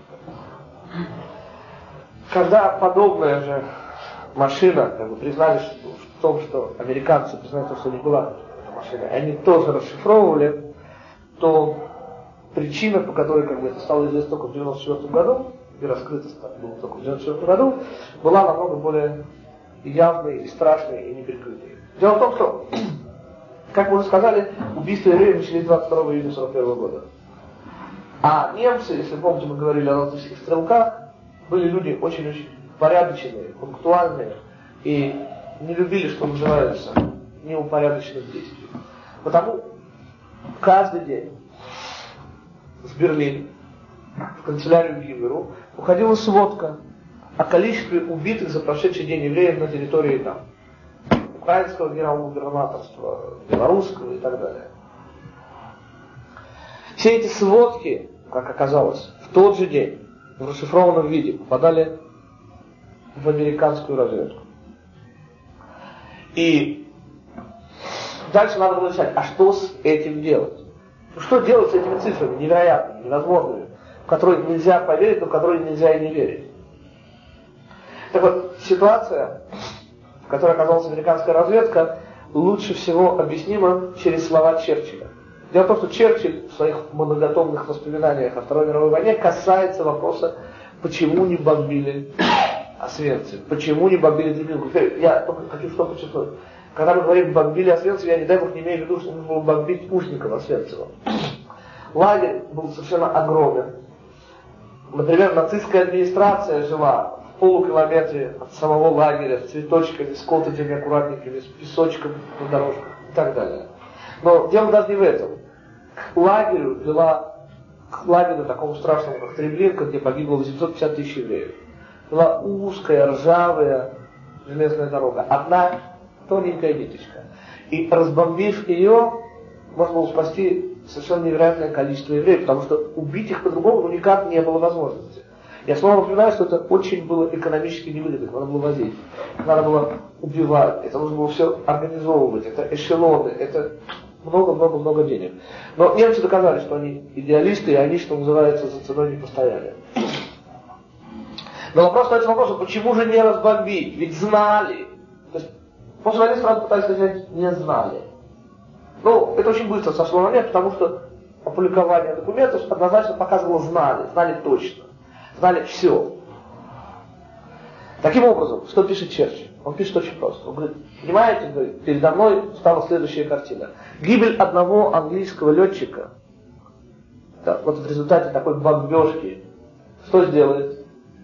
Когда подобная же машина, как бы признали в том, что американцы признали, что не была машина, они тоже расшифровывали, то причина, по которой как бы, это стало известно только в девяносто четвёртом году, и раскрыто было только в девяносто четвёртом году, была намного более явной, и страшной, и неприкрытой. Дело в том, что, как мы уже сказали, убийства евреев начались двадцать второго июня сорок первого года. А немцы, если помните, мы говорили о латышских стрелках, были люди очень-очень порядочные, пунктуальные и не любили, что называется, неупорядоченных действий. Потому каждый день с Берлина в канцелярию Гиммлеру уходила сводка о количестве убитых за прошедший день евреев на территории там, украинского генерал-губернаторства, белорусского и так далее. Все эти сводки, как оказалось, в тот же день в расшифрованном виде попадали в американскую разведку. И дальше надо было решать, а что с этим делать? Что делать с этими цифрами невероятными, невозможными, в которые нельзя поверить, но в которые нельзя и не верить? Так вот, ситуация, в которой оказалась американская разведка, лучше всего объяснима через слова Черчилля. Дело в том, что Черчилль в своих многотомных воспоминаниях о Второй мировой войне касается вопроса, почему не бомбили Освенцим, почему не бомбили Treblinку. Теперь я только хочу что подчеркнуть. Когда мы говорим бомбили Освенцим, я не дай бог не имею в виду, что нужно было бомбить Ушников Освенцима. Лагерь был совершенно огромен. Например, нацистская администрация жила в полукилометре от самого лагеря с цветочками, с котами аккуратненькими, с песочком на дорожках и так далее. Но дело даже не в этом. К лагерю вела, к лагерю такому страшному, как Треблинка, где погибло восемьсот пятьдесят тысяч евреев, была узкая, ржавая железная дорога. Одна тоненькая ниточка. И разбомбив ее, можно было спасти совершенно невероятное количество евреев, потому что убить их по-другому ну, никак не было возможности. Я снова напоминаю, что это очень было экономически невыгодно, надо было возить, надо было убивать, это нужно было все организовывать, это эшелоны, это много-много-много денег. Но немцы доказали, что они идеалисты, и они, что называется, за ценой не постояли. Но вопрос остается вопросом, почему же не разбомбить? Ведь знали. То есть, после войны сразу пытались сказать, не знали. Ну, это очень быстро сошло на нет, потому что опубликование документов однозначно показывало знали, знали точно, знали все. Таким образом, что пишет Черчилль? Он пишет очень просто. Он говорит, понимаете, говорит, передо мной стала следующая картина. Гибель одного английского летчика, да, вот в результате такой бомбежки, что сделает?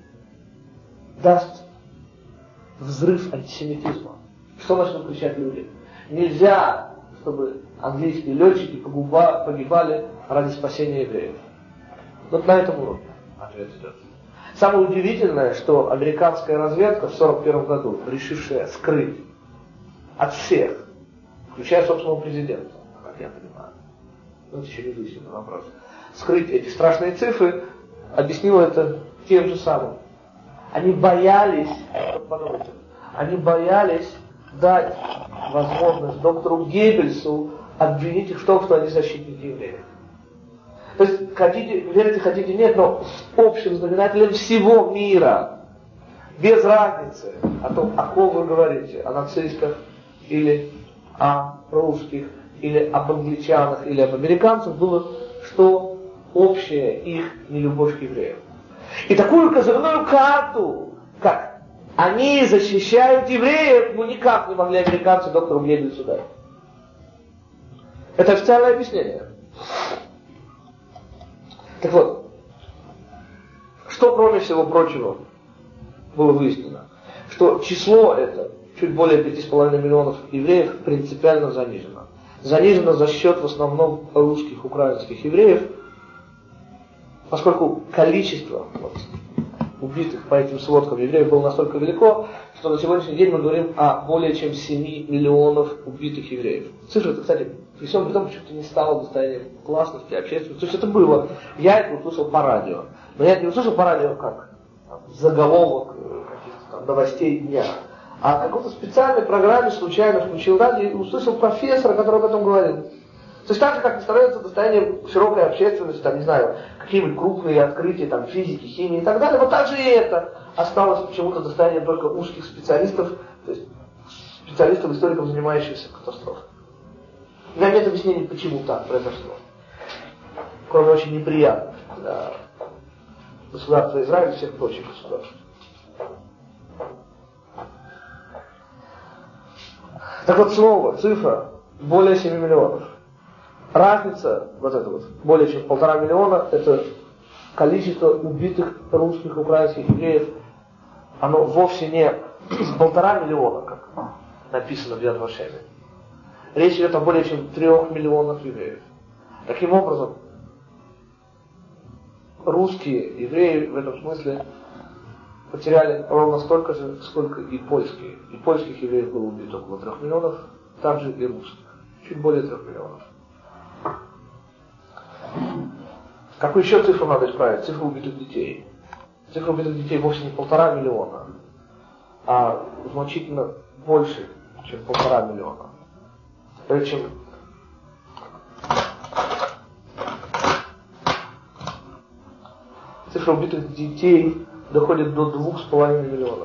Даст взрыв антисемитизма. Что начнут кричать люди? Нельзя, чтобы английские летчики погибали ради спасения евреев. Вот на этом уровне ответ идет. Самое удивительное, что американская разведка в сорок первом году, решившая скрыть от всех, включая собственного президента, как я понимаю, ну это еще не выясненный вопрос, скрыть эти страшные цифры, объяснила это тем же самым. Они боялись, подумайте, они боялись дать возможность доктору Геббельсу обвинить их в том, что они защитники евреев. То есть, хотите, верите, хотите, нет, но с общим знаменателем всего мира, без разницы о том, о ком вы говорите, о нацистах, или о русских, или об англичанах, или об американцах, было, что общее их нелюбовь к евреям. И такую козырную карту, как они защищают евреев, ну никак не могли американцы доктору Геббельсу дать. Это официальное объяснение. Так вот, что кроме всего прочего было выяснено? Что число это, чуть более пяти с половиной миллионов евреев, принципиально занижено. Занижено за счет в основном русских, украинских евреев, поскольку количество вот, убитых по этим сводкам евреев было настолько велико, что на сегодняшний день мы говорим о более чем семи миллионов убитых евреев. Цифра, кстати, при всем при том, почему-то не стала достоянием гласности, общественности. То есть это было. Я это услышал по радио. Но я это не услышал по радио как там, заголовок каких-то там новостей дня. А в какой-то специальной программе случайно включил радио и услышал профессора, который об этом говорил. То есть так же, как не становится достоянием широкой общественности, там, не знаю, какие-нибудь крупные открытия, там, физики, химии и так далее, вот так же и это осталось почему-то достоянием только узких специалистов, то есть специалистов, историков, занимающихся катастрофой. У меня нет объяснений, почему так произошло. Кроме очень неприятных для государства Израиля и всех прочих государств. Так вот, снова цифра более семи миллионов. Разница, вот это вот, более чем полтора миллиона, это количество убитых русских, украинских евреев, оно вовсе не с полтора миллиона, как написано в Яд Вашеме. Речь идет о более чем трех миллионах евреев. Таким образом, русские евреи в этом смысле потеряли ровно столько же, сколько и польские. И польских евреев было убито около трех миллионов, также и русских. Чуть более трех миллионов. Какую еще цифру надо исправить? Цифру убитых детей. Цифра убитых детей вовсе не полтора миллиона, а значительно больше, чем полтора миллиона. Чем цифра убитых детей доходит до двух с половиной миллионов.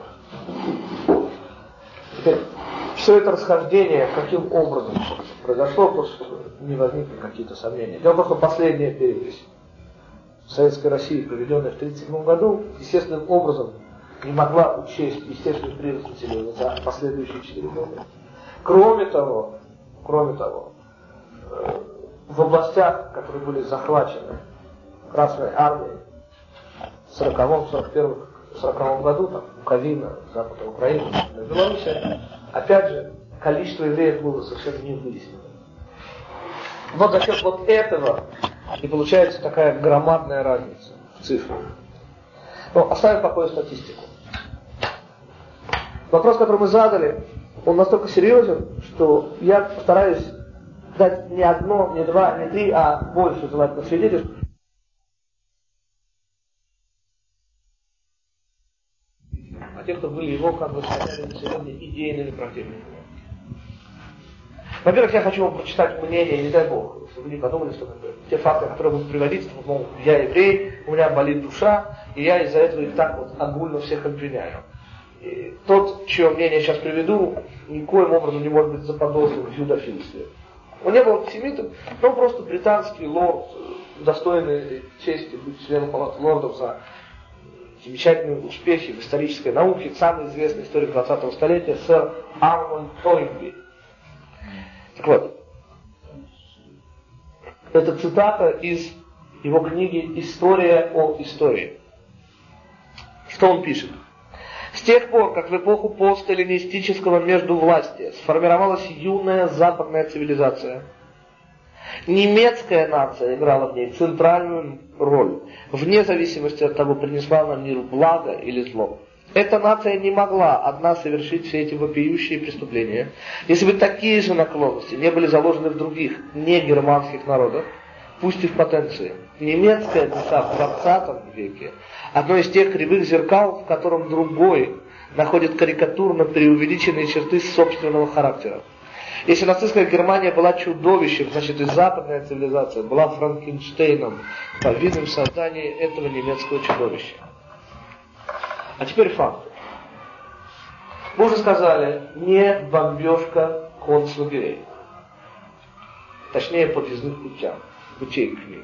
Теперь, все это расхождение каким образом произошло, просто чтобы не возникли какие-то сомнения. Дело в том, что последняя перепись в Советской России, проведенная в тысяча девятьсот тридцать седьмом году, естественным образом не могла учесть естественный прирост населения за последующие четыре года. Кроме того, кроме того, в областях, которые были захвачены Красной Армией, сороковом, сорок первом, сороковом году, там, Буковина, Западная Украина, Беларусь, опять же, количество евреев было совершенно не выяснено. Вот за счет вот этого и получается такая громадная разница в цифрах. Но оставим в покое статистику. Вопрос, который мы задали, он настолько серьезен, что я постараюсь дать не одно, не два, не три, а больше желательно свидетельств. А те, кто были его, как бы сказали, сегодня идейными противниками. Во-первых, я хочу вам прочитать мнение, не дай Бог, чтобы вы не подумали, что как бы, те факты, которые будут приводить, что, мол, я еврей, у меня болит душа, и я из-за этого их так вот огульно всех обвиняю. И тот, чье мнение я сейчас приведу, никоим образом не может быть заподозрен в юдофильстве. Он не был антисемитом, но он просто британский лорд, достойный чести быть членом палаты лордов за замечательные успехи в исторической науке, самый известный историк двадцатого столетия, сэр Арнольд Тойнби. Так вот, это цитата из его книги «История о истории». Что он пишет? С тех пор, как в эпоху постэллинистического междувластия сформировалась юная западная цивилизация, немецкая нация играла в ней центральную роль, вне зависимости от того, принесла она миру благо или зло. Эта нация не могла одна совершить все эти вопиющие преступления, если бы такие же наклонности не были заложены в других, не германских народах, пусть и в потенции. Немецкая душа в двадцатом веке – одно из тех кривых зеркал, в котором другой находит карикатурно преувеличенные черты собственного характера. Если нацистская Германия была чудовищем, значит и западная цивилизация была Франкенштейном по видам создания этого немецкого чудовища. А теперь факты. Мы уже сказали, не бомбежка концлагерей. Точнее, подъездных путях, путей к ним.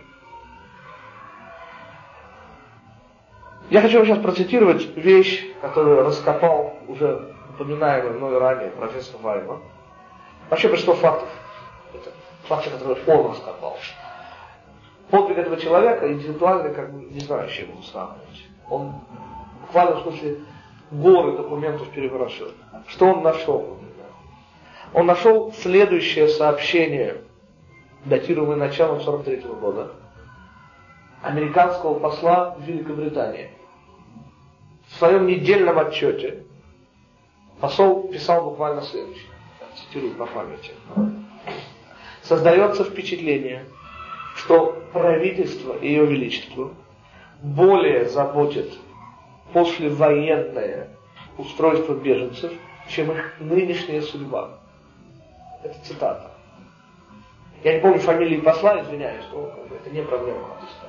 Я хочу вам сейчас процитировать вещь, которую раскопал уже упоминаемый мной ранее профессор Вайман. Вообще большинство фактов, это факты, которые он раскопал. Подвиг этого человека индивидуальный, как бы не знаю, с чем его сравнивать. Он в буквальном смысле горы документов переворошил. Что он нашел? Он нашел следующее сообщение, датируемое началом сорок третьего года, американского посла в Великобритании. В своем недельном отчете посол писал буквально следующее. Цитирую по памяти. Создается впечатление, что правительство Ее Величества более заботит послевоенное устройство беженцев, чем их нынешняя судьба. Это цитата. Я не помню фамилии посла, извиняюсь, но это не проблема.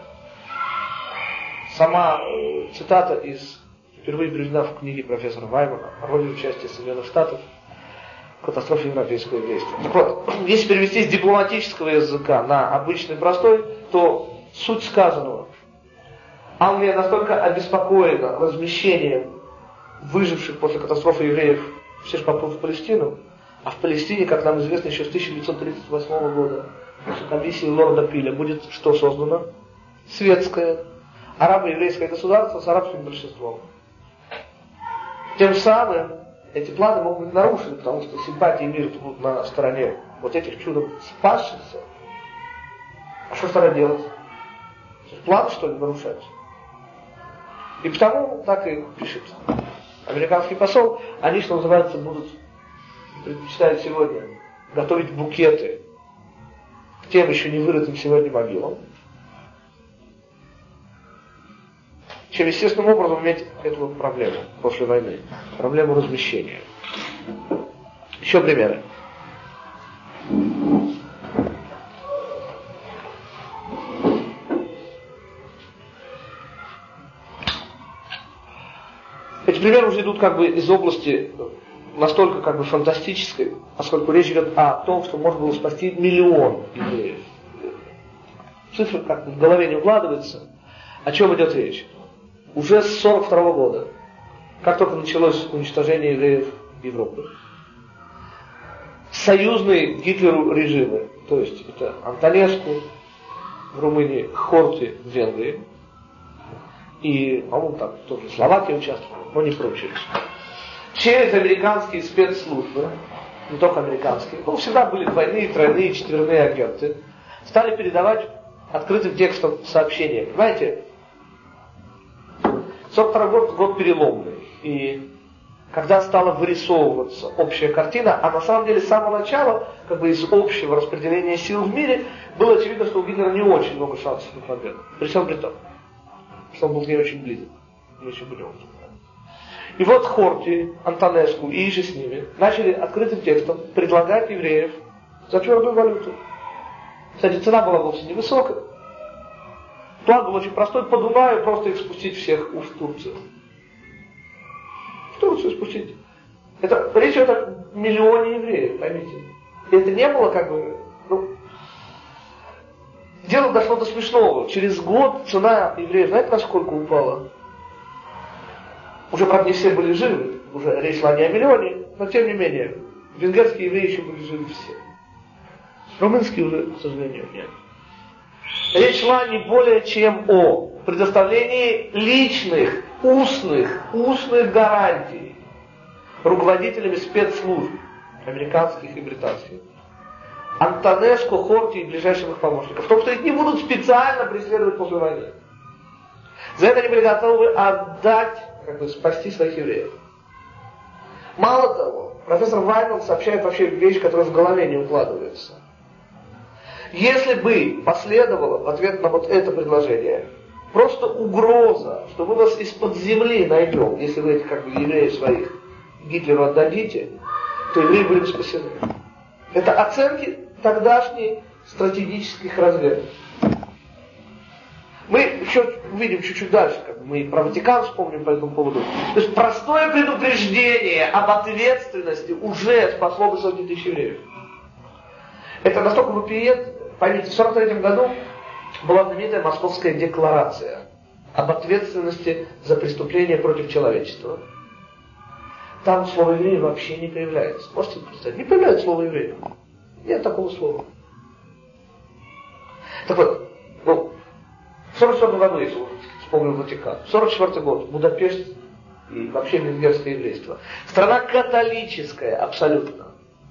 Сама э, цитата из, впервые приведена в книге профессора Ваймана о роли участия Соединенных Штатов в катастрофе европейского еврейства. Так вот, если перевести с дипломатического языка на обычный простой, то суть сказанного. Англия настолько обеспокоена размещением выживших после катастрофы евреев всех попов в Палестину, а в Палестине, как нам известно, еще с тысяча девятьсот тридцать восьмого года после комиссии лорда Пиля будет что создано? Светское арабо-еврейское государство с арабским большинством. Тем самым эти планы могут быть нарушены, потому что симпатии мира будут на стороне вот этих чудом спасшихся. А что тогда делать? План, что ли, нарушать? И потому так и пишет американский посол, они, что называется, будут, предпочитают сегодня, готовить букеты к тем еще не вырытым сегодня могилам, чем естественным образом иметь эту проблему после войны, проблему размещения. Еще примеры. Эти примеры уже идут как бы из области настолько как бы фантастической, поскольку речь идет о том, что можно было спасти миллион евреев. Цифра как-то в голове не укладывается. О чем идет речь? Уже с сорок второго года, как только началось уничтожение евреев Европы, союзные Гитлеру режимы, то есть это Антонеску в Румынии, Хорти в Венгрии, и, по-моему, там тоже Словакия участвовала, но не прочие. Через американские спецслужбы, не только американские, ну, всегда были двойные, тройные, четверные агенты, стали передавать открытым текстом сообщения. Понимаете, сорок второй год, год переломный. И когда стала вырисовываться общая картина, а на самом деле с самого начала, как бы из общего распределения сил в мире, было очевидно, что у Гитлера не очень много шансов на победу. При всем при том, что он был не очень близок. Не очень близок. И вот Хорти, Антонеску и же с ними начали открытым текстом предлагать евреев за твердую валюту. Кстати, цена была вовсе невысокая. План был очень простой: по Дунаю просто их спустить всех уж в Турцию. В Турцию спустить. Это, речь идет о миллионе евреев, поймите. И это не было как бы... Ну, дело дошло до смешного. Через год цена евреев, знаете, насколько упала? Уже, правда, не все были живы, уже речь шла не о миллионе, но тем не менее, венгерские евреи еще были живы все. Румынские уже, к сожалению, нет. Речь шла не более чем о предоставлении личных, устных, устных гарантий руководителями спецслужб, американских и британских, Антонеску, Хорти и ближайших их помощников, в том, что их не будут специально преследовать после войны. За это они были готовы отдать, как бы спасти своих евреев. Мало того, профессор Вайнман сообщает вообще вещь, которая в голове не укладывается. Если бы последовало в ответ на вот это предложение просто угроза, что мы вас из-под земли найдем, если вы этих как бы евреев своих Гитлеру отдадите, то евреи были бы спасены. Это оценки тогдашней стратегических разведок. Мы еще увидим чуть-чуть дальше, как бы мы и про Ватикан вспомним по этому поводу. То есть простое предупреждение об ответственности уже спасло бы сотни тысяч евреев. Это настолько вопиет. Поймите, в сорок третьем году была знаменитая Московская декларация об ответственности за преступления против человечества. Там слово еврей вообще не появляется. Можете представить? Не появляется слово еврей. Нет такого слова. Так вот, ну, в сорок четвёртом году, если вы вспомним Ватикан, сорок четвёртый год, Будапешт и вообще венгерское еврейство. Страна католическая абсолютно.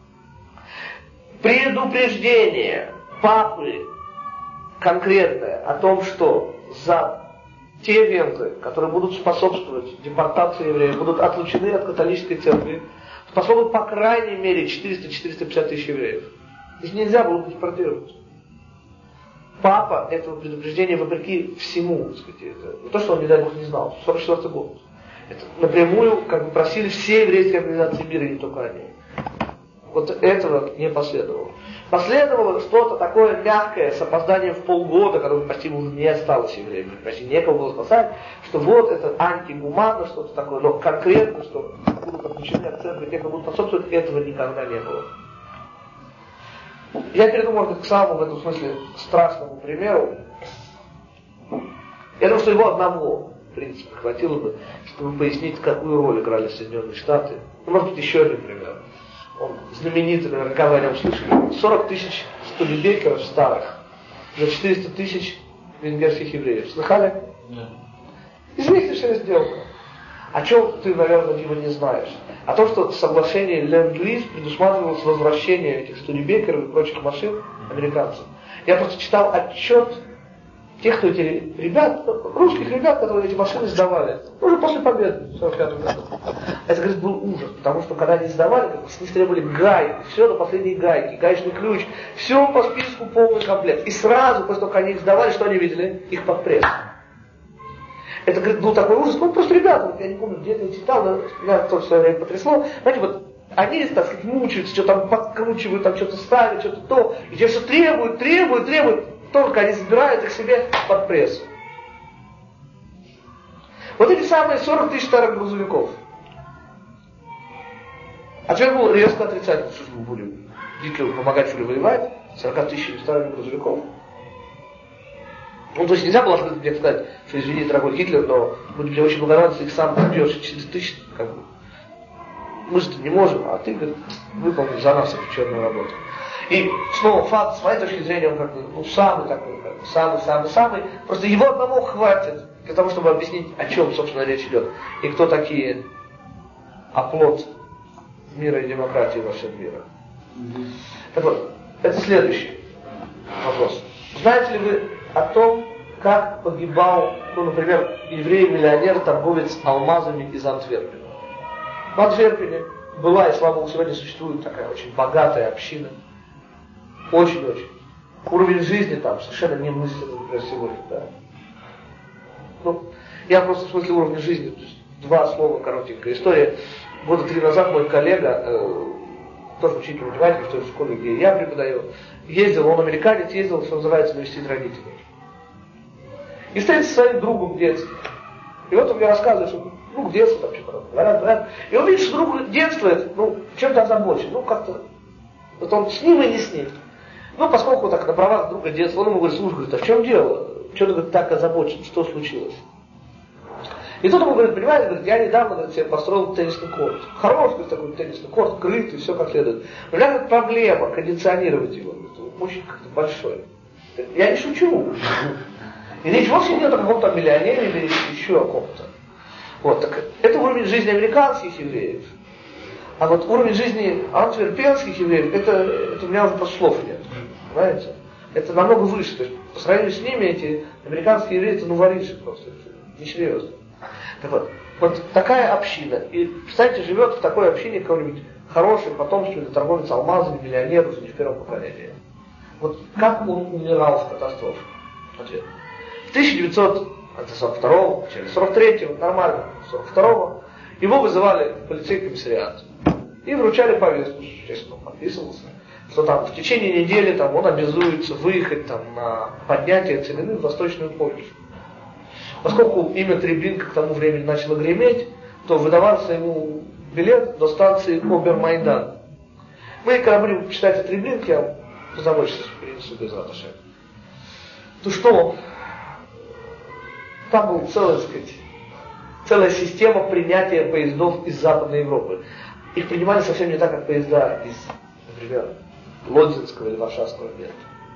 Предупреждение папы конкретное о том, что за те венгры, которые будут способствовать депортации евреев, будут отлучены от католической церкви, способны по крайней мере четыреста - четыреста пятьдесят тысяч евреев. Их нельзя было депортировать. Папа этого предупреждения, вопреки всему, так сказать, это, не то, что он, не дай Бог, не знал, сорок четвёртый год. Это напрямую как бы просили все еврейские организации мира, не только они. Вот этого не последовало. Последовало что-то такое мягкое, с опозданием в полгода, когда почти уже не осталось евреев, почти некого было спасать, что вот это антигуманно, что-то такое, но конкретно, что будут отключены от церкви, те, кто будут способствовать, этого никогда не было. Я перейду, может быть, к самому в этом смысле страшному примеру. Я думаю, что его одного, в принципе, хватило бы, чтобы пояснить, какую роль играли Соединенные Штаты. Ну, может быть, еще один пример. Он знаменитый, наверняка вы о нем слышали. сорок тысяч студебекеров старых за четыреста тысяч венгерских евреев. Слыхали? Нет. Известнейшая сделка. О чем ты, наверное, Дима, не знаешь? О том, что в соглашении Ленд-Лиз предусматривалось возвращение этих студебекеров и прочих машин американцам. Я просто читал отчет тех, кто эти ребят, русских ребят, которые эти машины сдавали, уже после победы в сорок пятом году. Это, говорит, был ужас, потому что когда они сдавали, с них требовали гайки, все до последней гайки, гаечный ключ, все по списку полный комплект. И сразу, после того, как они их сдавали, что они видели? Их под пресс. Это, говорит, был такой ужас, ну просто ребята, вот, я не помню, где-то я читал, но меня тоже в свое время потрясло. Знаете, вот они, так сказать, мучаются, что там подкручивают, там что-то ставят, что-то то, и те все требуют, требуют, требуют. Только они забирают их себе под прессу. Вот эти самые сорок тысяч старых грузовиков. Ответ был резко отрицательный. Что мы будем Гитлеру помогать, что ли, воевать? сорок тысяч старых грузовиков. Ну, то есть нельзя было мне сказать, что извини, дорогой Гитлер, но будем тебе очень благодарны, если их сам убьешь четыреста тысяч, как бы. Мы же не можем, а ты, говорит, выполни за нас эту черную работу. И снова факт, с моей точки зрения, он как бы, ну, самый такой, самый-самый-самый. Просто его одного хватит для того, чтобы объяснить, о чем, собственно, речь идет. И кто такие оплот мира и демократии во всем мире. Mm-hmm. Так вот, это следующий вопрос. Знаете ли вы о том, как погибал, ну, например, еврей-миллионер, торговец алмазами из Антверпена? В Антверпене была, и слава Богу, сегодня существует такая очень богатая община. Очень-очень. Уровень жизни там совершенно немыслимый, например, сегодня, да. Ну, я просто в смысле уровня жизни, то есть два слова, коротенькая история. Года три назад мой коллега, э, тоже учитель математики в той же школе, где я преподаю, ездил, он американец, ездил, что называется, навестить родителей. И стоит со своим другом в детстве. И вот он мне рассказывает, что, ну, в детстве там что-то говорят, говорят. И он видит, что друг детствует, ну, чем-то озабочен, ну, как-то, вот он с ним и не с ним. Ну, поскольку так на правах друга детства, он ему говорит, слушай, говорит, а в чем дело? Что ты, говорит, так озабочен, что случилось? И тут ему говорит, понимаете, говорит, я недавно, говорит, себе построил теннисный корт. Хороший, говорит, такой теннисный корт, крытый, все как следует. У меня, говорит, проблема кондиционировать его, говорит, очень как-то большой. Я не шучу. И речь вовсе не о каком-то миллионере или еще о ком-то. Вот, так это уровень жизни американских евреев. А вот уровень жизни антверпенских евреев, это, это у меня уже просто слов нет. Понимаете? Это намного выше. То есть, по сравнению с ними, эти американские евреи, это ну вориши просто. Несерьезно. Так вот, вот такая община. И, представьте, живет в такой общине какой-нибудь хороший, потомственный торговец алмазами, миллионер, уже не в первом поколении. Вот как он умирал в катастрофе? Ответ. В тысяча девятьсот сорок втором, в сорок третьем, нормально, сорок второго, его вызывали в полицейский комиссариат. И вручали повестку, естественно, он подписывался, что там в течение недели там, он обязуется выехать там, на поднятие целины в Восточную Польшу. Поскольку имя Треблинка к тому времени начало греметь, то выдавался ему билет до станции Обермайдан. Мы, когда будем читать о Треблинке, я позабочусь, перенесу без раташи. То что? Там была целая, так сказать, целая система принятия поездов из Западной Европы. Их принимали совсем не так, как поезда из, например, Лодзинского или Варшавского места.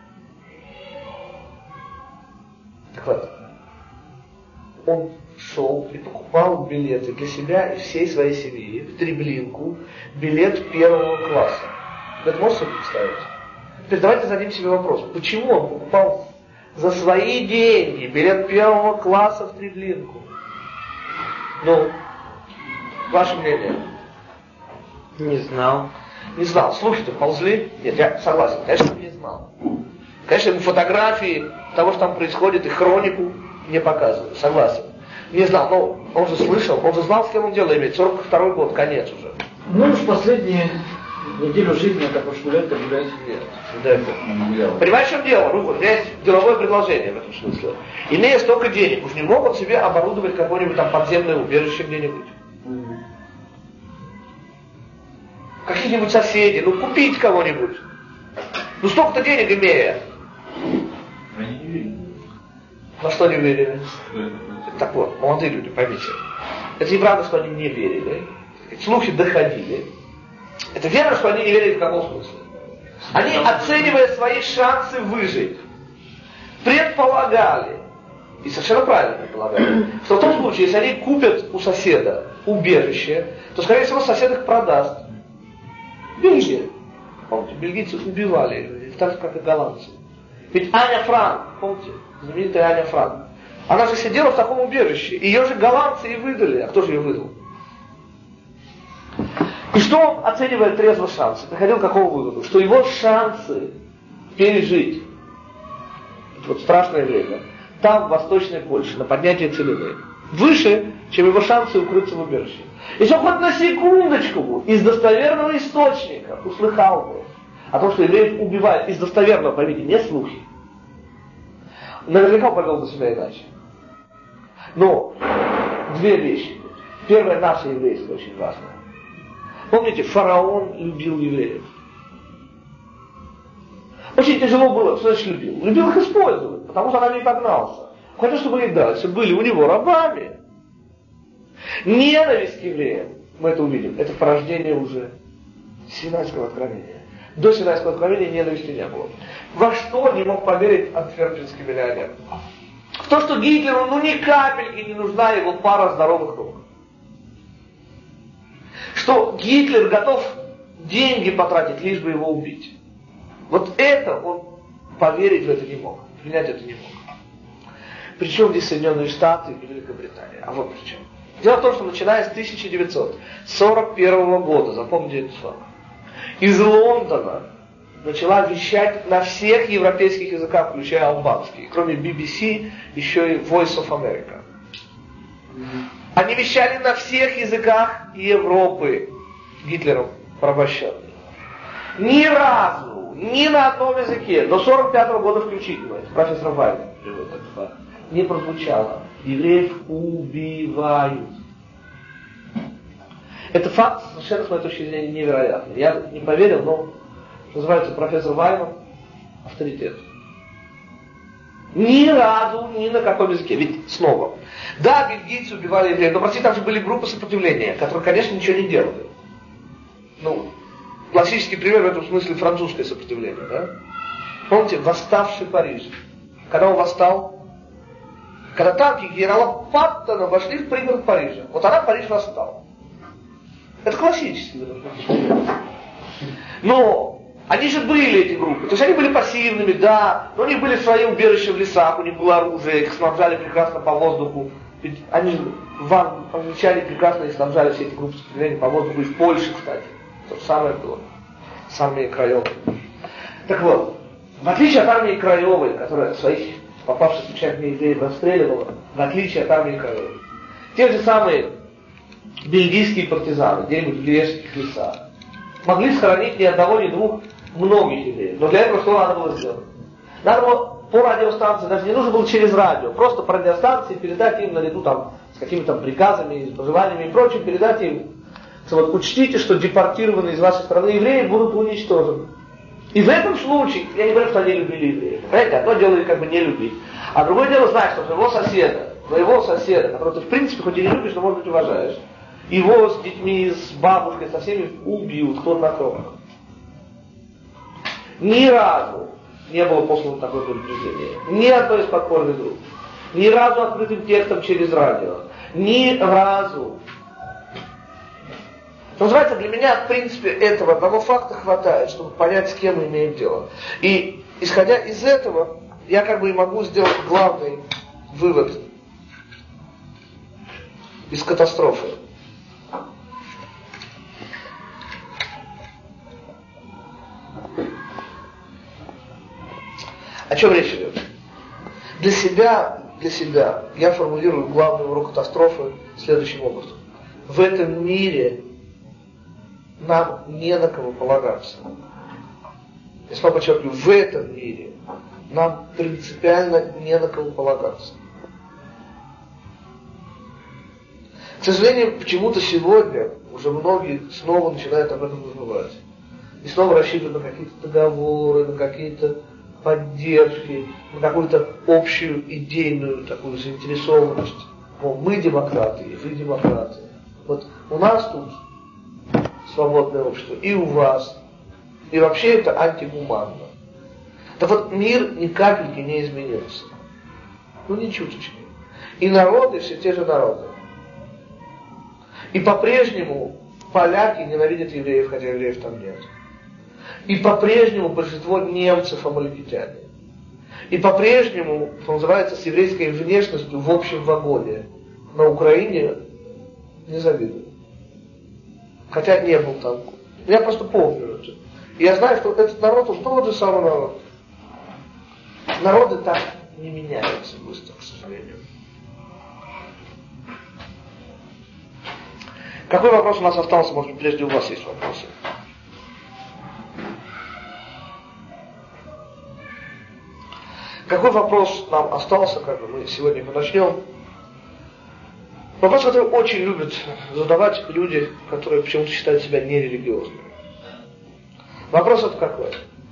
Так вот, он шел и покупал билеты для себя и всей своей семьи в Треблинку, билет первого класса. Вы это можете себе представить? Теперь давайте зададим себе вопрос, почему он покупал за свои деньги билет первого класса в Треблинку? Ну, ваше мнение? Не знал. Не знал. Слухи-то ползли? Нет, я согласен. Конечно, не знал. Конечно, ему фотографии того, что там происходит, и хронику не показывали. Согласен. Не знал. Но он же слышал, он же знал, с кем он дело имеет. сорок второй год, конец уже. Ну уж последние неделю жизни это пошгулять, то гулять. Нет. Да, понимаешь, в чем дело? Ну, вот, у меня есть деловое предложение в этом смысле. Имея столько денег, уж не могут себе оборудовать какое-нибудь там подземное убежище где-нибудь. Mm-hmm. Какие-нибудь соседи, ну купить кого-нибудь. Ну столько-то денег имея. Они не верили. На что не верили? Так вот, молодые люди, поймите. Это неправда, что они не верили. Слухи доходили. Это верно, что они не верили в каком смысле. Они, оценивая свои шансы выжить, предполагали, и совершенно правильно предполагали, что в том случае, если они купят у соседа убежище, то, скорее всего, сосед их продаст. Бельгия. Помните, бельгийцы убивали, так же, как и голландцы. Ведь Аня Франк, помните, знаменитая Аня Франк, она же сидела в таком убежище. Ее же голландцы и выдали. А кто же ее выдал? И что он, оценивая трезво шансы, приходил к какому выводу? Что его шансы пережить это вот страшное время там, в Восточной Польше, на поднятие целины, выше, чем его шансы укрыться в убежище. Если он хоть на секундочку из достоверного источника услыхал бы о том, что евреев убивают из достоверного, поймите, не слухи, наверняка повел бы себя иначе. Но две вещи. Первое, наше еврейство очень важно. Помните, фараон любил евреев. Очень тяжело было, что значит любил? Любил их использовать, потому что она не погнался. Хотел, чтобы их дальше были у него рабами. Ненависть к евреям, мы это увидим, это порождение уже Синайского откровения. До Синайского откровения ненависти не было. Во что не мог поверить антверпенский миллионер? В то, что Гитлеру ну ни капельки не нужна его пара здоровых рук. Что Гитлер готов деньги потратить, лишь бы его убить. Вот это он поверить в это не мог, принять это не мог. Причем здесь Соединенные Штаты и Великобритания. А вот причем. Дело в том, что начиная с тысяча девятьсот сорок первого года, запомните этот факт, из Лондона начала вещать на всех европейских языках, включая албанский. Кроме би би си, еще и Voice of America. Они вещали на всех языках Европы, Гитлером порабощенные. Ни разу, ни на одном языке, до сорок пятого года включительно, профессор Вайнер приводит этот факт, не прозвучало. Евреев убивают. Это факт, совершенно с моей точки зрения, невероятный. Я не поверил, но, что называется, профессор Вайнер авторитет. Ни разу, ни на каком языке. Ведь снова. Да, бельгийцы убивали евреев, но, простите, там же были группы сопротивления, которые, конечно, ничего не делали. Ну, классический пример в этом смысле французское сопротивление, да? Помните, восставший Париж. Когда он восстал? Когда танки генерала Паттона вошли в пригород Парижа. Вот она Париж восстал. Это классический. Но они же были, эти группы. То есть они были пассивными, да, но у них были свои убежища в лесах, у них было оружие, их снабжали прекрасно по воздуху. Ведь они же вам англичане прекрасно и снабжали все эти группы сопротивления по воздуху, и в Польше, кстати. То же самое было с армией Краевой. Так вот, в отличие от армии Краевой, которая своих попавших случайно евреев расстреливала, в отличие от армии Краевой, те же самые бельгийские партизаны, где-нибудь в Лиежских лесах, могли схоронить ни одного, ни двух, многих евреев. Но для этого что надо было сделать? Надо было по радиостанции, даже не нужно было через радио, просто по радиостанции передать им наряду там, с какими-то приказами, с пожеланиями и прочим, передать им, что вот учтите, что депортированные из вашей страны евреи будут уничтожены. И в этом случае, я не говорю, что они любили евреев. Понимаете, одно дело их как бы не любить, а другое дело знать, что своего соседа, своего соседа, которого ты в принципе хоть и не любишь, но может быть уважаешь, его с детьми, с бабушкой, со всеми убьют хладнокровно. Ни разу не было послано такое предупреждение. Ни одной из подпольных групп. Ни разу открытым текстом через радио. Ни разу. Что называется, для меня, в принципе, этого одного факта хватает, чтобы понять, с кем мы имеем дело. И, исходя из этого, я как бы и могу сделать главный вывод из катастрофы. О чем речь идет? Для себя, для себя я формулирую главный урок катастрофы следующим образом. В этом мире нам не на кого полагаться. Я снова подчеркиваю, в этом мире нам принципиально не на кого полагаться. К сожалению, почему-то сегодня уже многие снова начинают об этом забывать. И снова рассчитывают на какие-то договоры, на какие-то поддержки, на какую-то общую идейную такую заинтересованность. Мол, мы демократы, и вы демократы. Вот у нас тут свободное общество, и у вас. И вообще это антигуманно. Так вот, мир ни капельки не изменился. Ну, ни чуточки. И народы все те же народы. И по-прежнему поляки ненавидят евреев, хотя евреев там нет. И по-прежнему большинство немцев амаликитяне. И по-прежнему, что называется, с еврейской внешностью в общем вагоне на Украине не завидую. Хотя не был там. Я просто помню это. И я знаю, что этот народ, он тот же самый народ. Народы так не меняются быстро, к сожалению. Какой вопрос у нас остался? Может быть, прежде у вас есть вопросы? Какой вопрос нам остался, как бы мы сегодня его начнем? Вопрос, который очень любят задавать люди, которые почему-то считают себя нерелигиозными. Вопрос это какой?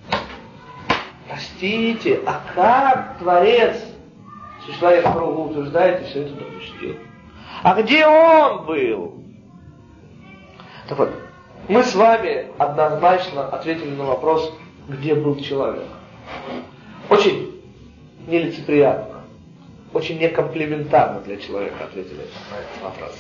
Простите, а как Творец, существование которого вы утверждаете, все это допустил? А где он был? Так вот, Мы с вами однозначно ответили на вопрос, где был человек. Очень нелицеприятно, очень некомплиментарно для человека ответили на этот вопрос.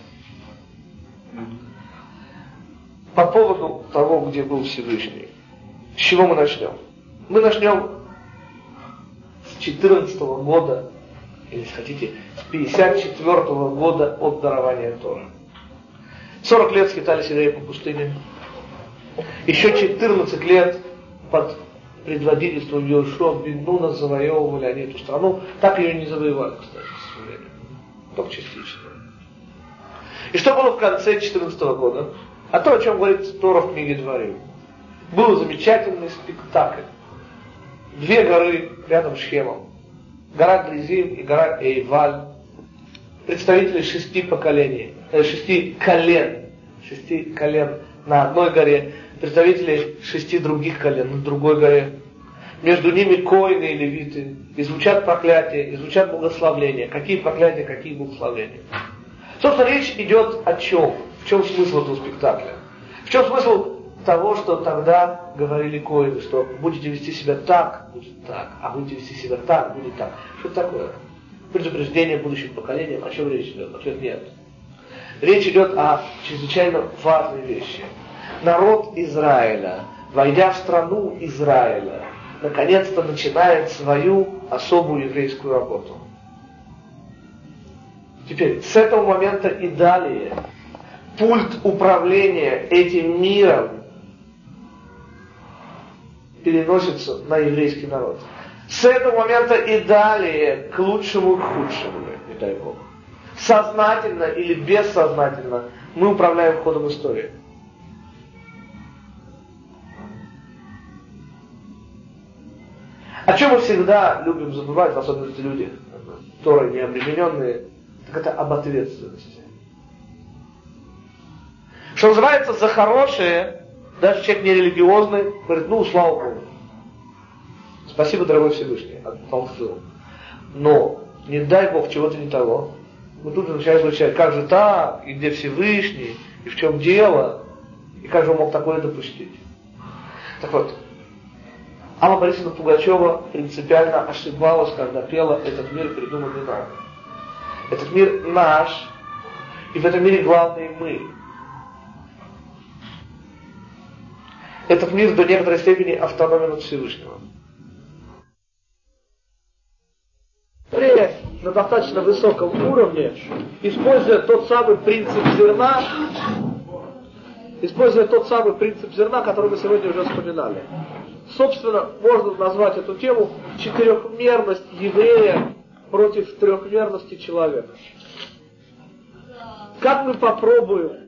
По поводу того, где был Всевышний. С чего мы начнем? Мы начнем с четырнадцатого года, или, если хотите, с пятьдесят четвёртого года от дарования Торы. сорок лет скитались евреи по пустыне. Еще четырнадцать лет под предводительством Йошуа бен Нуна завоевывали они эту страну. Так ее не завоевали, кстати, к сожалению. Только частично. И что было в конце четырнадцатого года? А то, о чем говорит Тора в книге Дворим. Был замечательный спектакль. Две горы рядом с Шхемом. Гора Гризим и гора Эйваль. Представители шести поколений, э, шести колен. Шести колен на одной горе. Представители шести других колен на другой горе. Между ними коины и левиты. И звучат проклятия, и звучат благословления. Какие проклятия, какие благословения. Собственно, речь идет о чем? В чем смысл этого спектакля? В чем смысл того, что тогда говорили коины, что будете вести себя так, будет так, а будете вести себя так, будет так. Что это такое? Предупреждение будущим поколениям. О чем речь идет? Ответ нет. Речь идет о чрезвычайно важной вещи. Народ Израиля, войдя в страну Израиля, наконец-то начинает свою особую еврейскую работу. Теперь, с этого момента и далее, пульт управления этим миром переносится на еврейский народ. С этого момента и далее, к лучшему и к худшему, не дай Бог. Сознательно или бессознательно мы управляем ходом истории. О чем мы всегда любим забывать, в особенности люди, Торой не обремененные, так это об ответственности. Что называется, за хорошее, даже человек нерелигиозный, говорит, ну, слава Богу. Спасибо, дорогой Всевышний, отползил. Но, не дай Бог, чего-то не того. Мы тут же начинаем звучать, как же так, и где Всевышний, и в чем дело, и как же он мог такое допустить. Так вот, Алла Борисовна Пугачева принципиально ошибалась, когда пела «Этот мир придуман не нами». Этот мир наш, и в этом мире главные мы. Этот мир до некоторой степени автономен от Всевышнего. На достаточно высоком уровне, используя тот самый принцип зерна, используя тот самый принцип зерна, который мы сегодня уже вспоминали. Собственно, можно назвать эту тему четырехмерность еврея против трехмерности человека. Как мы попробуем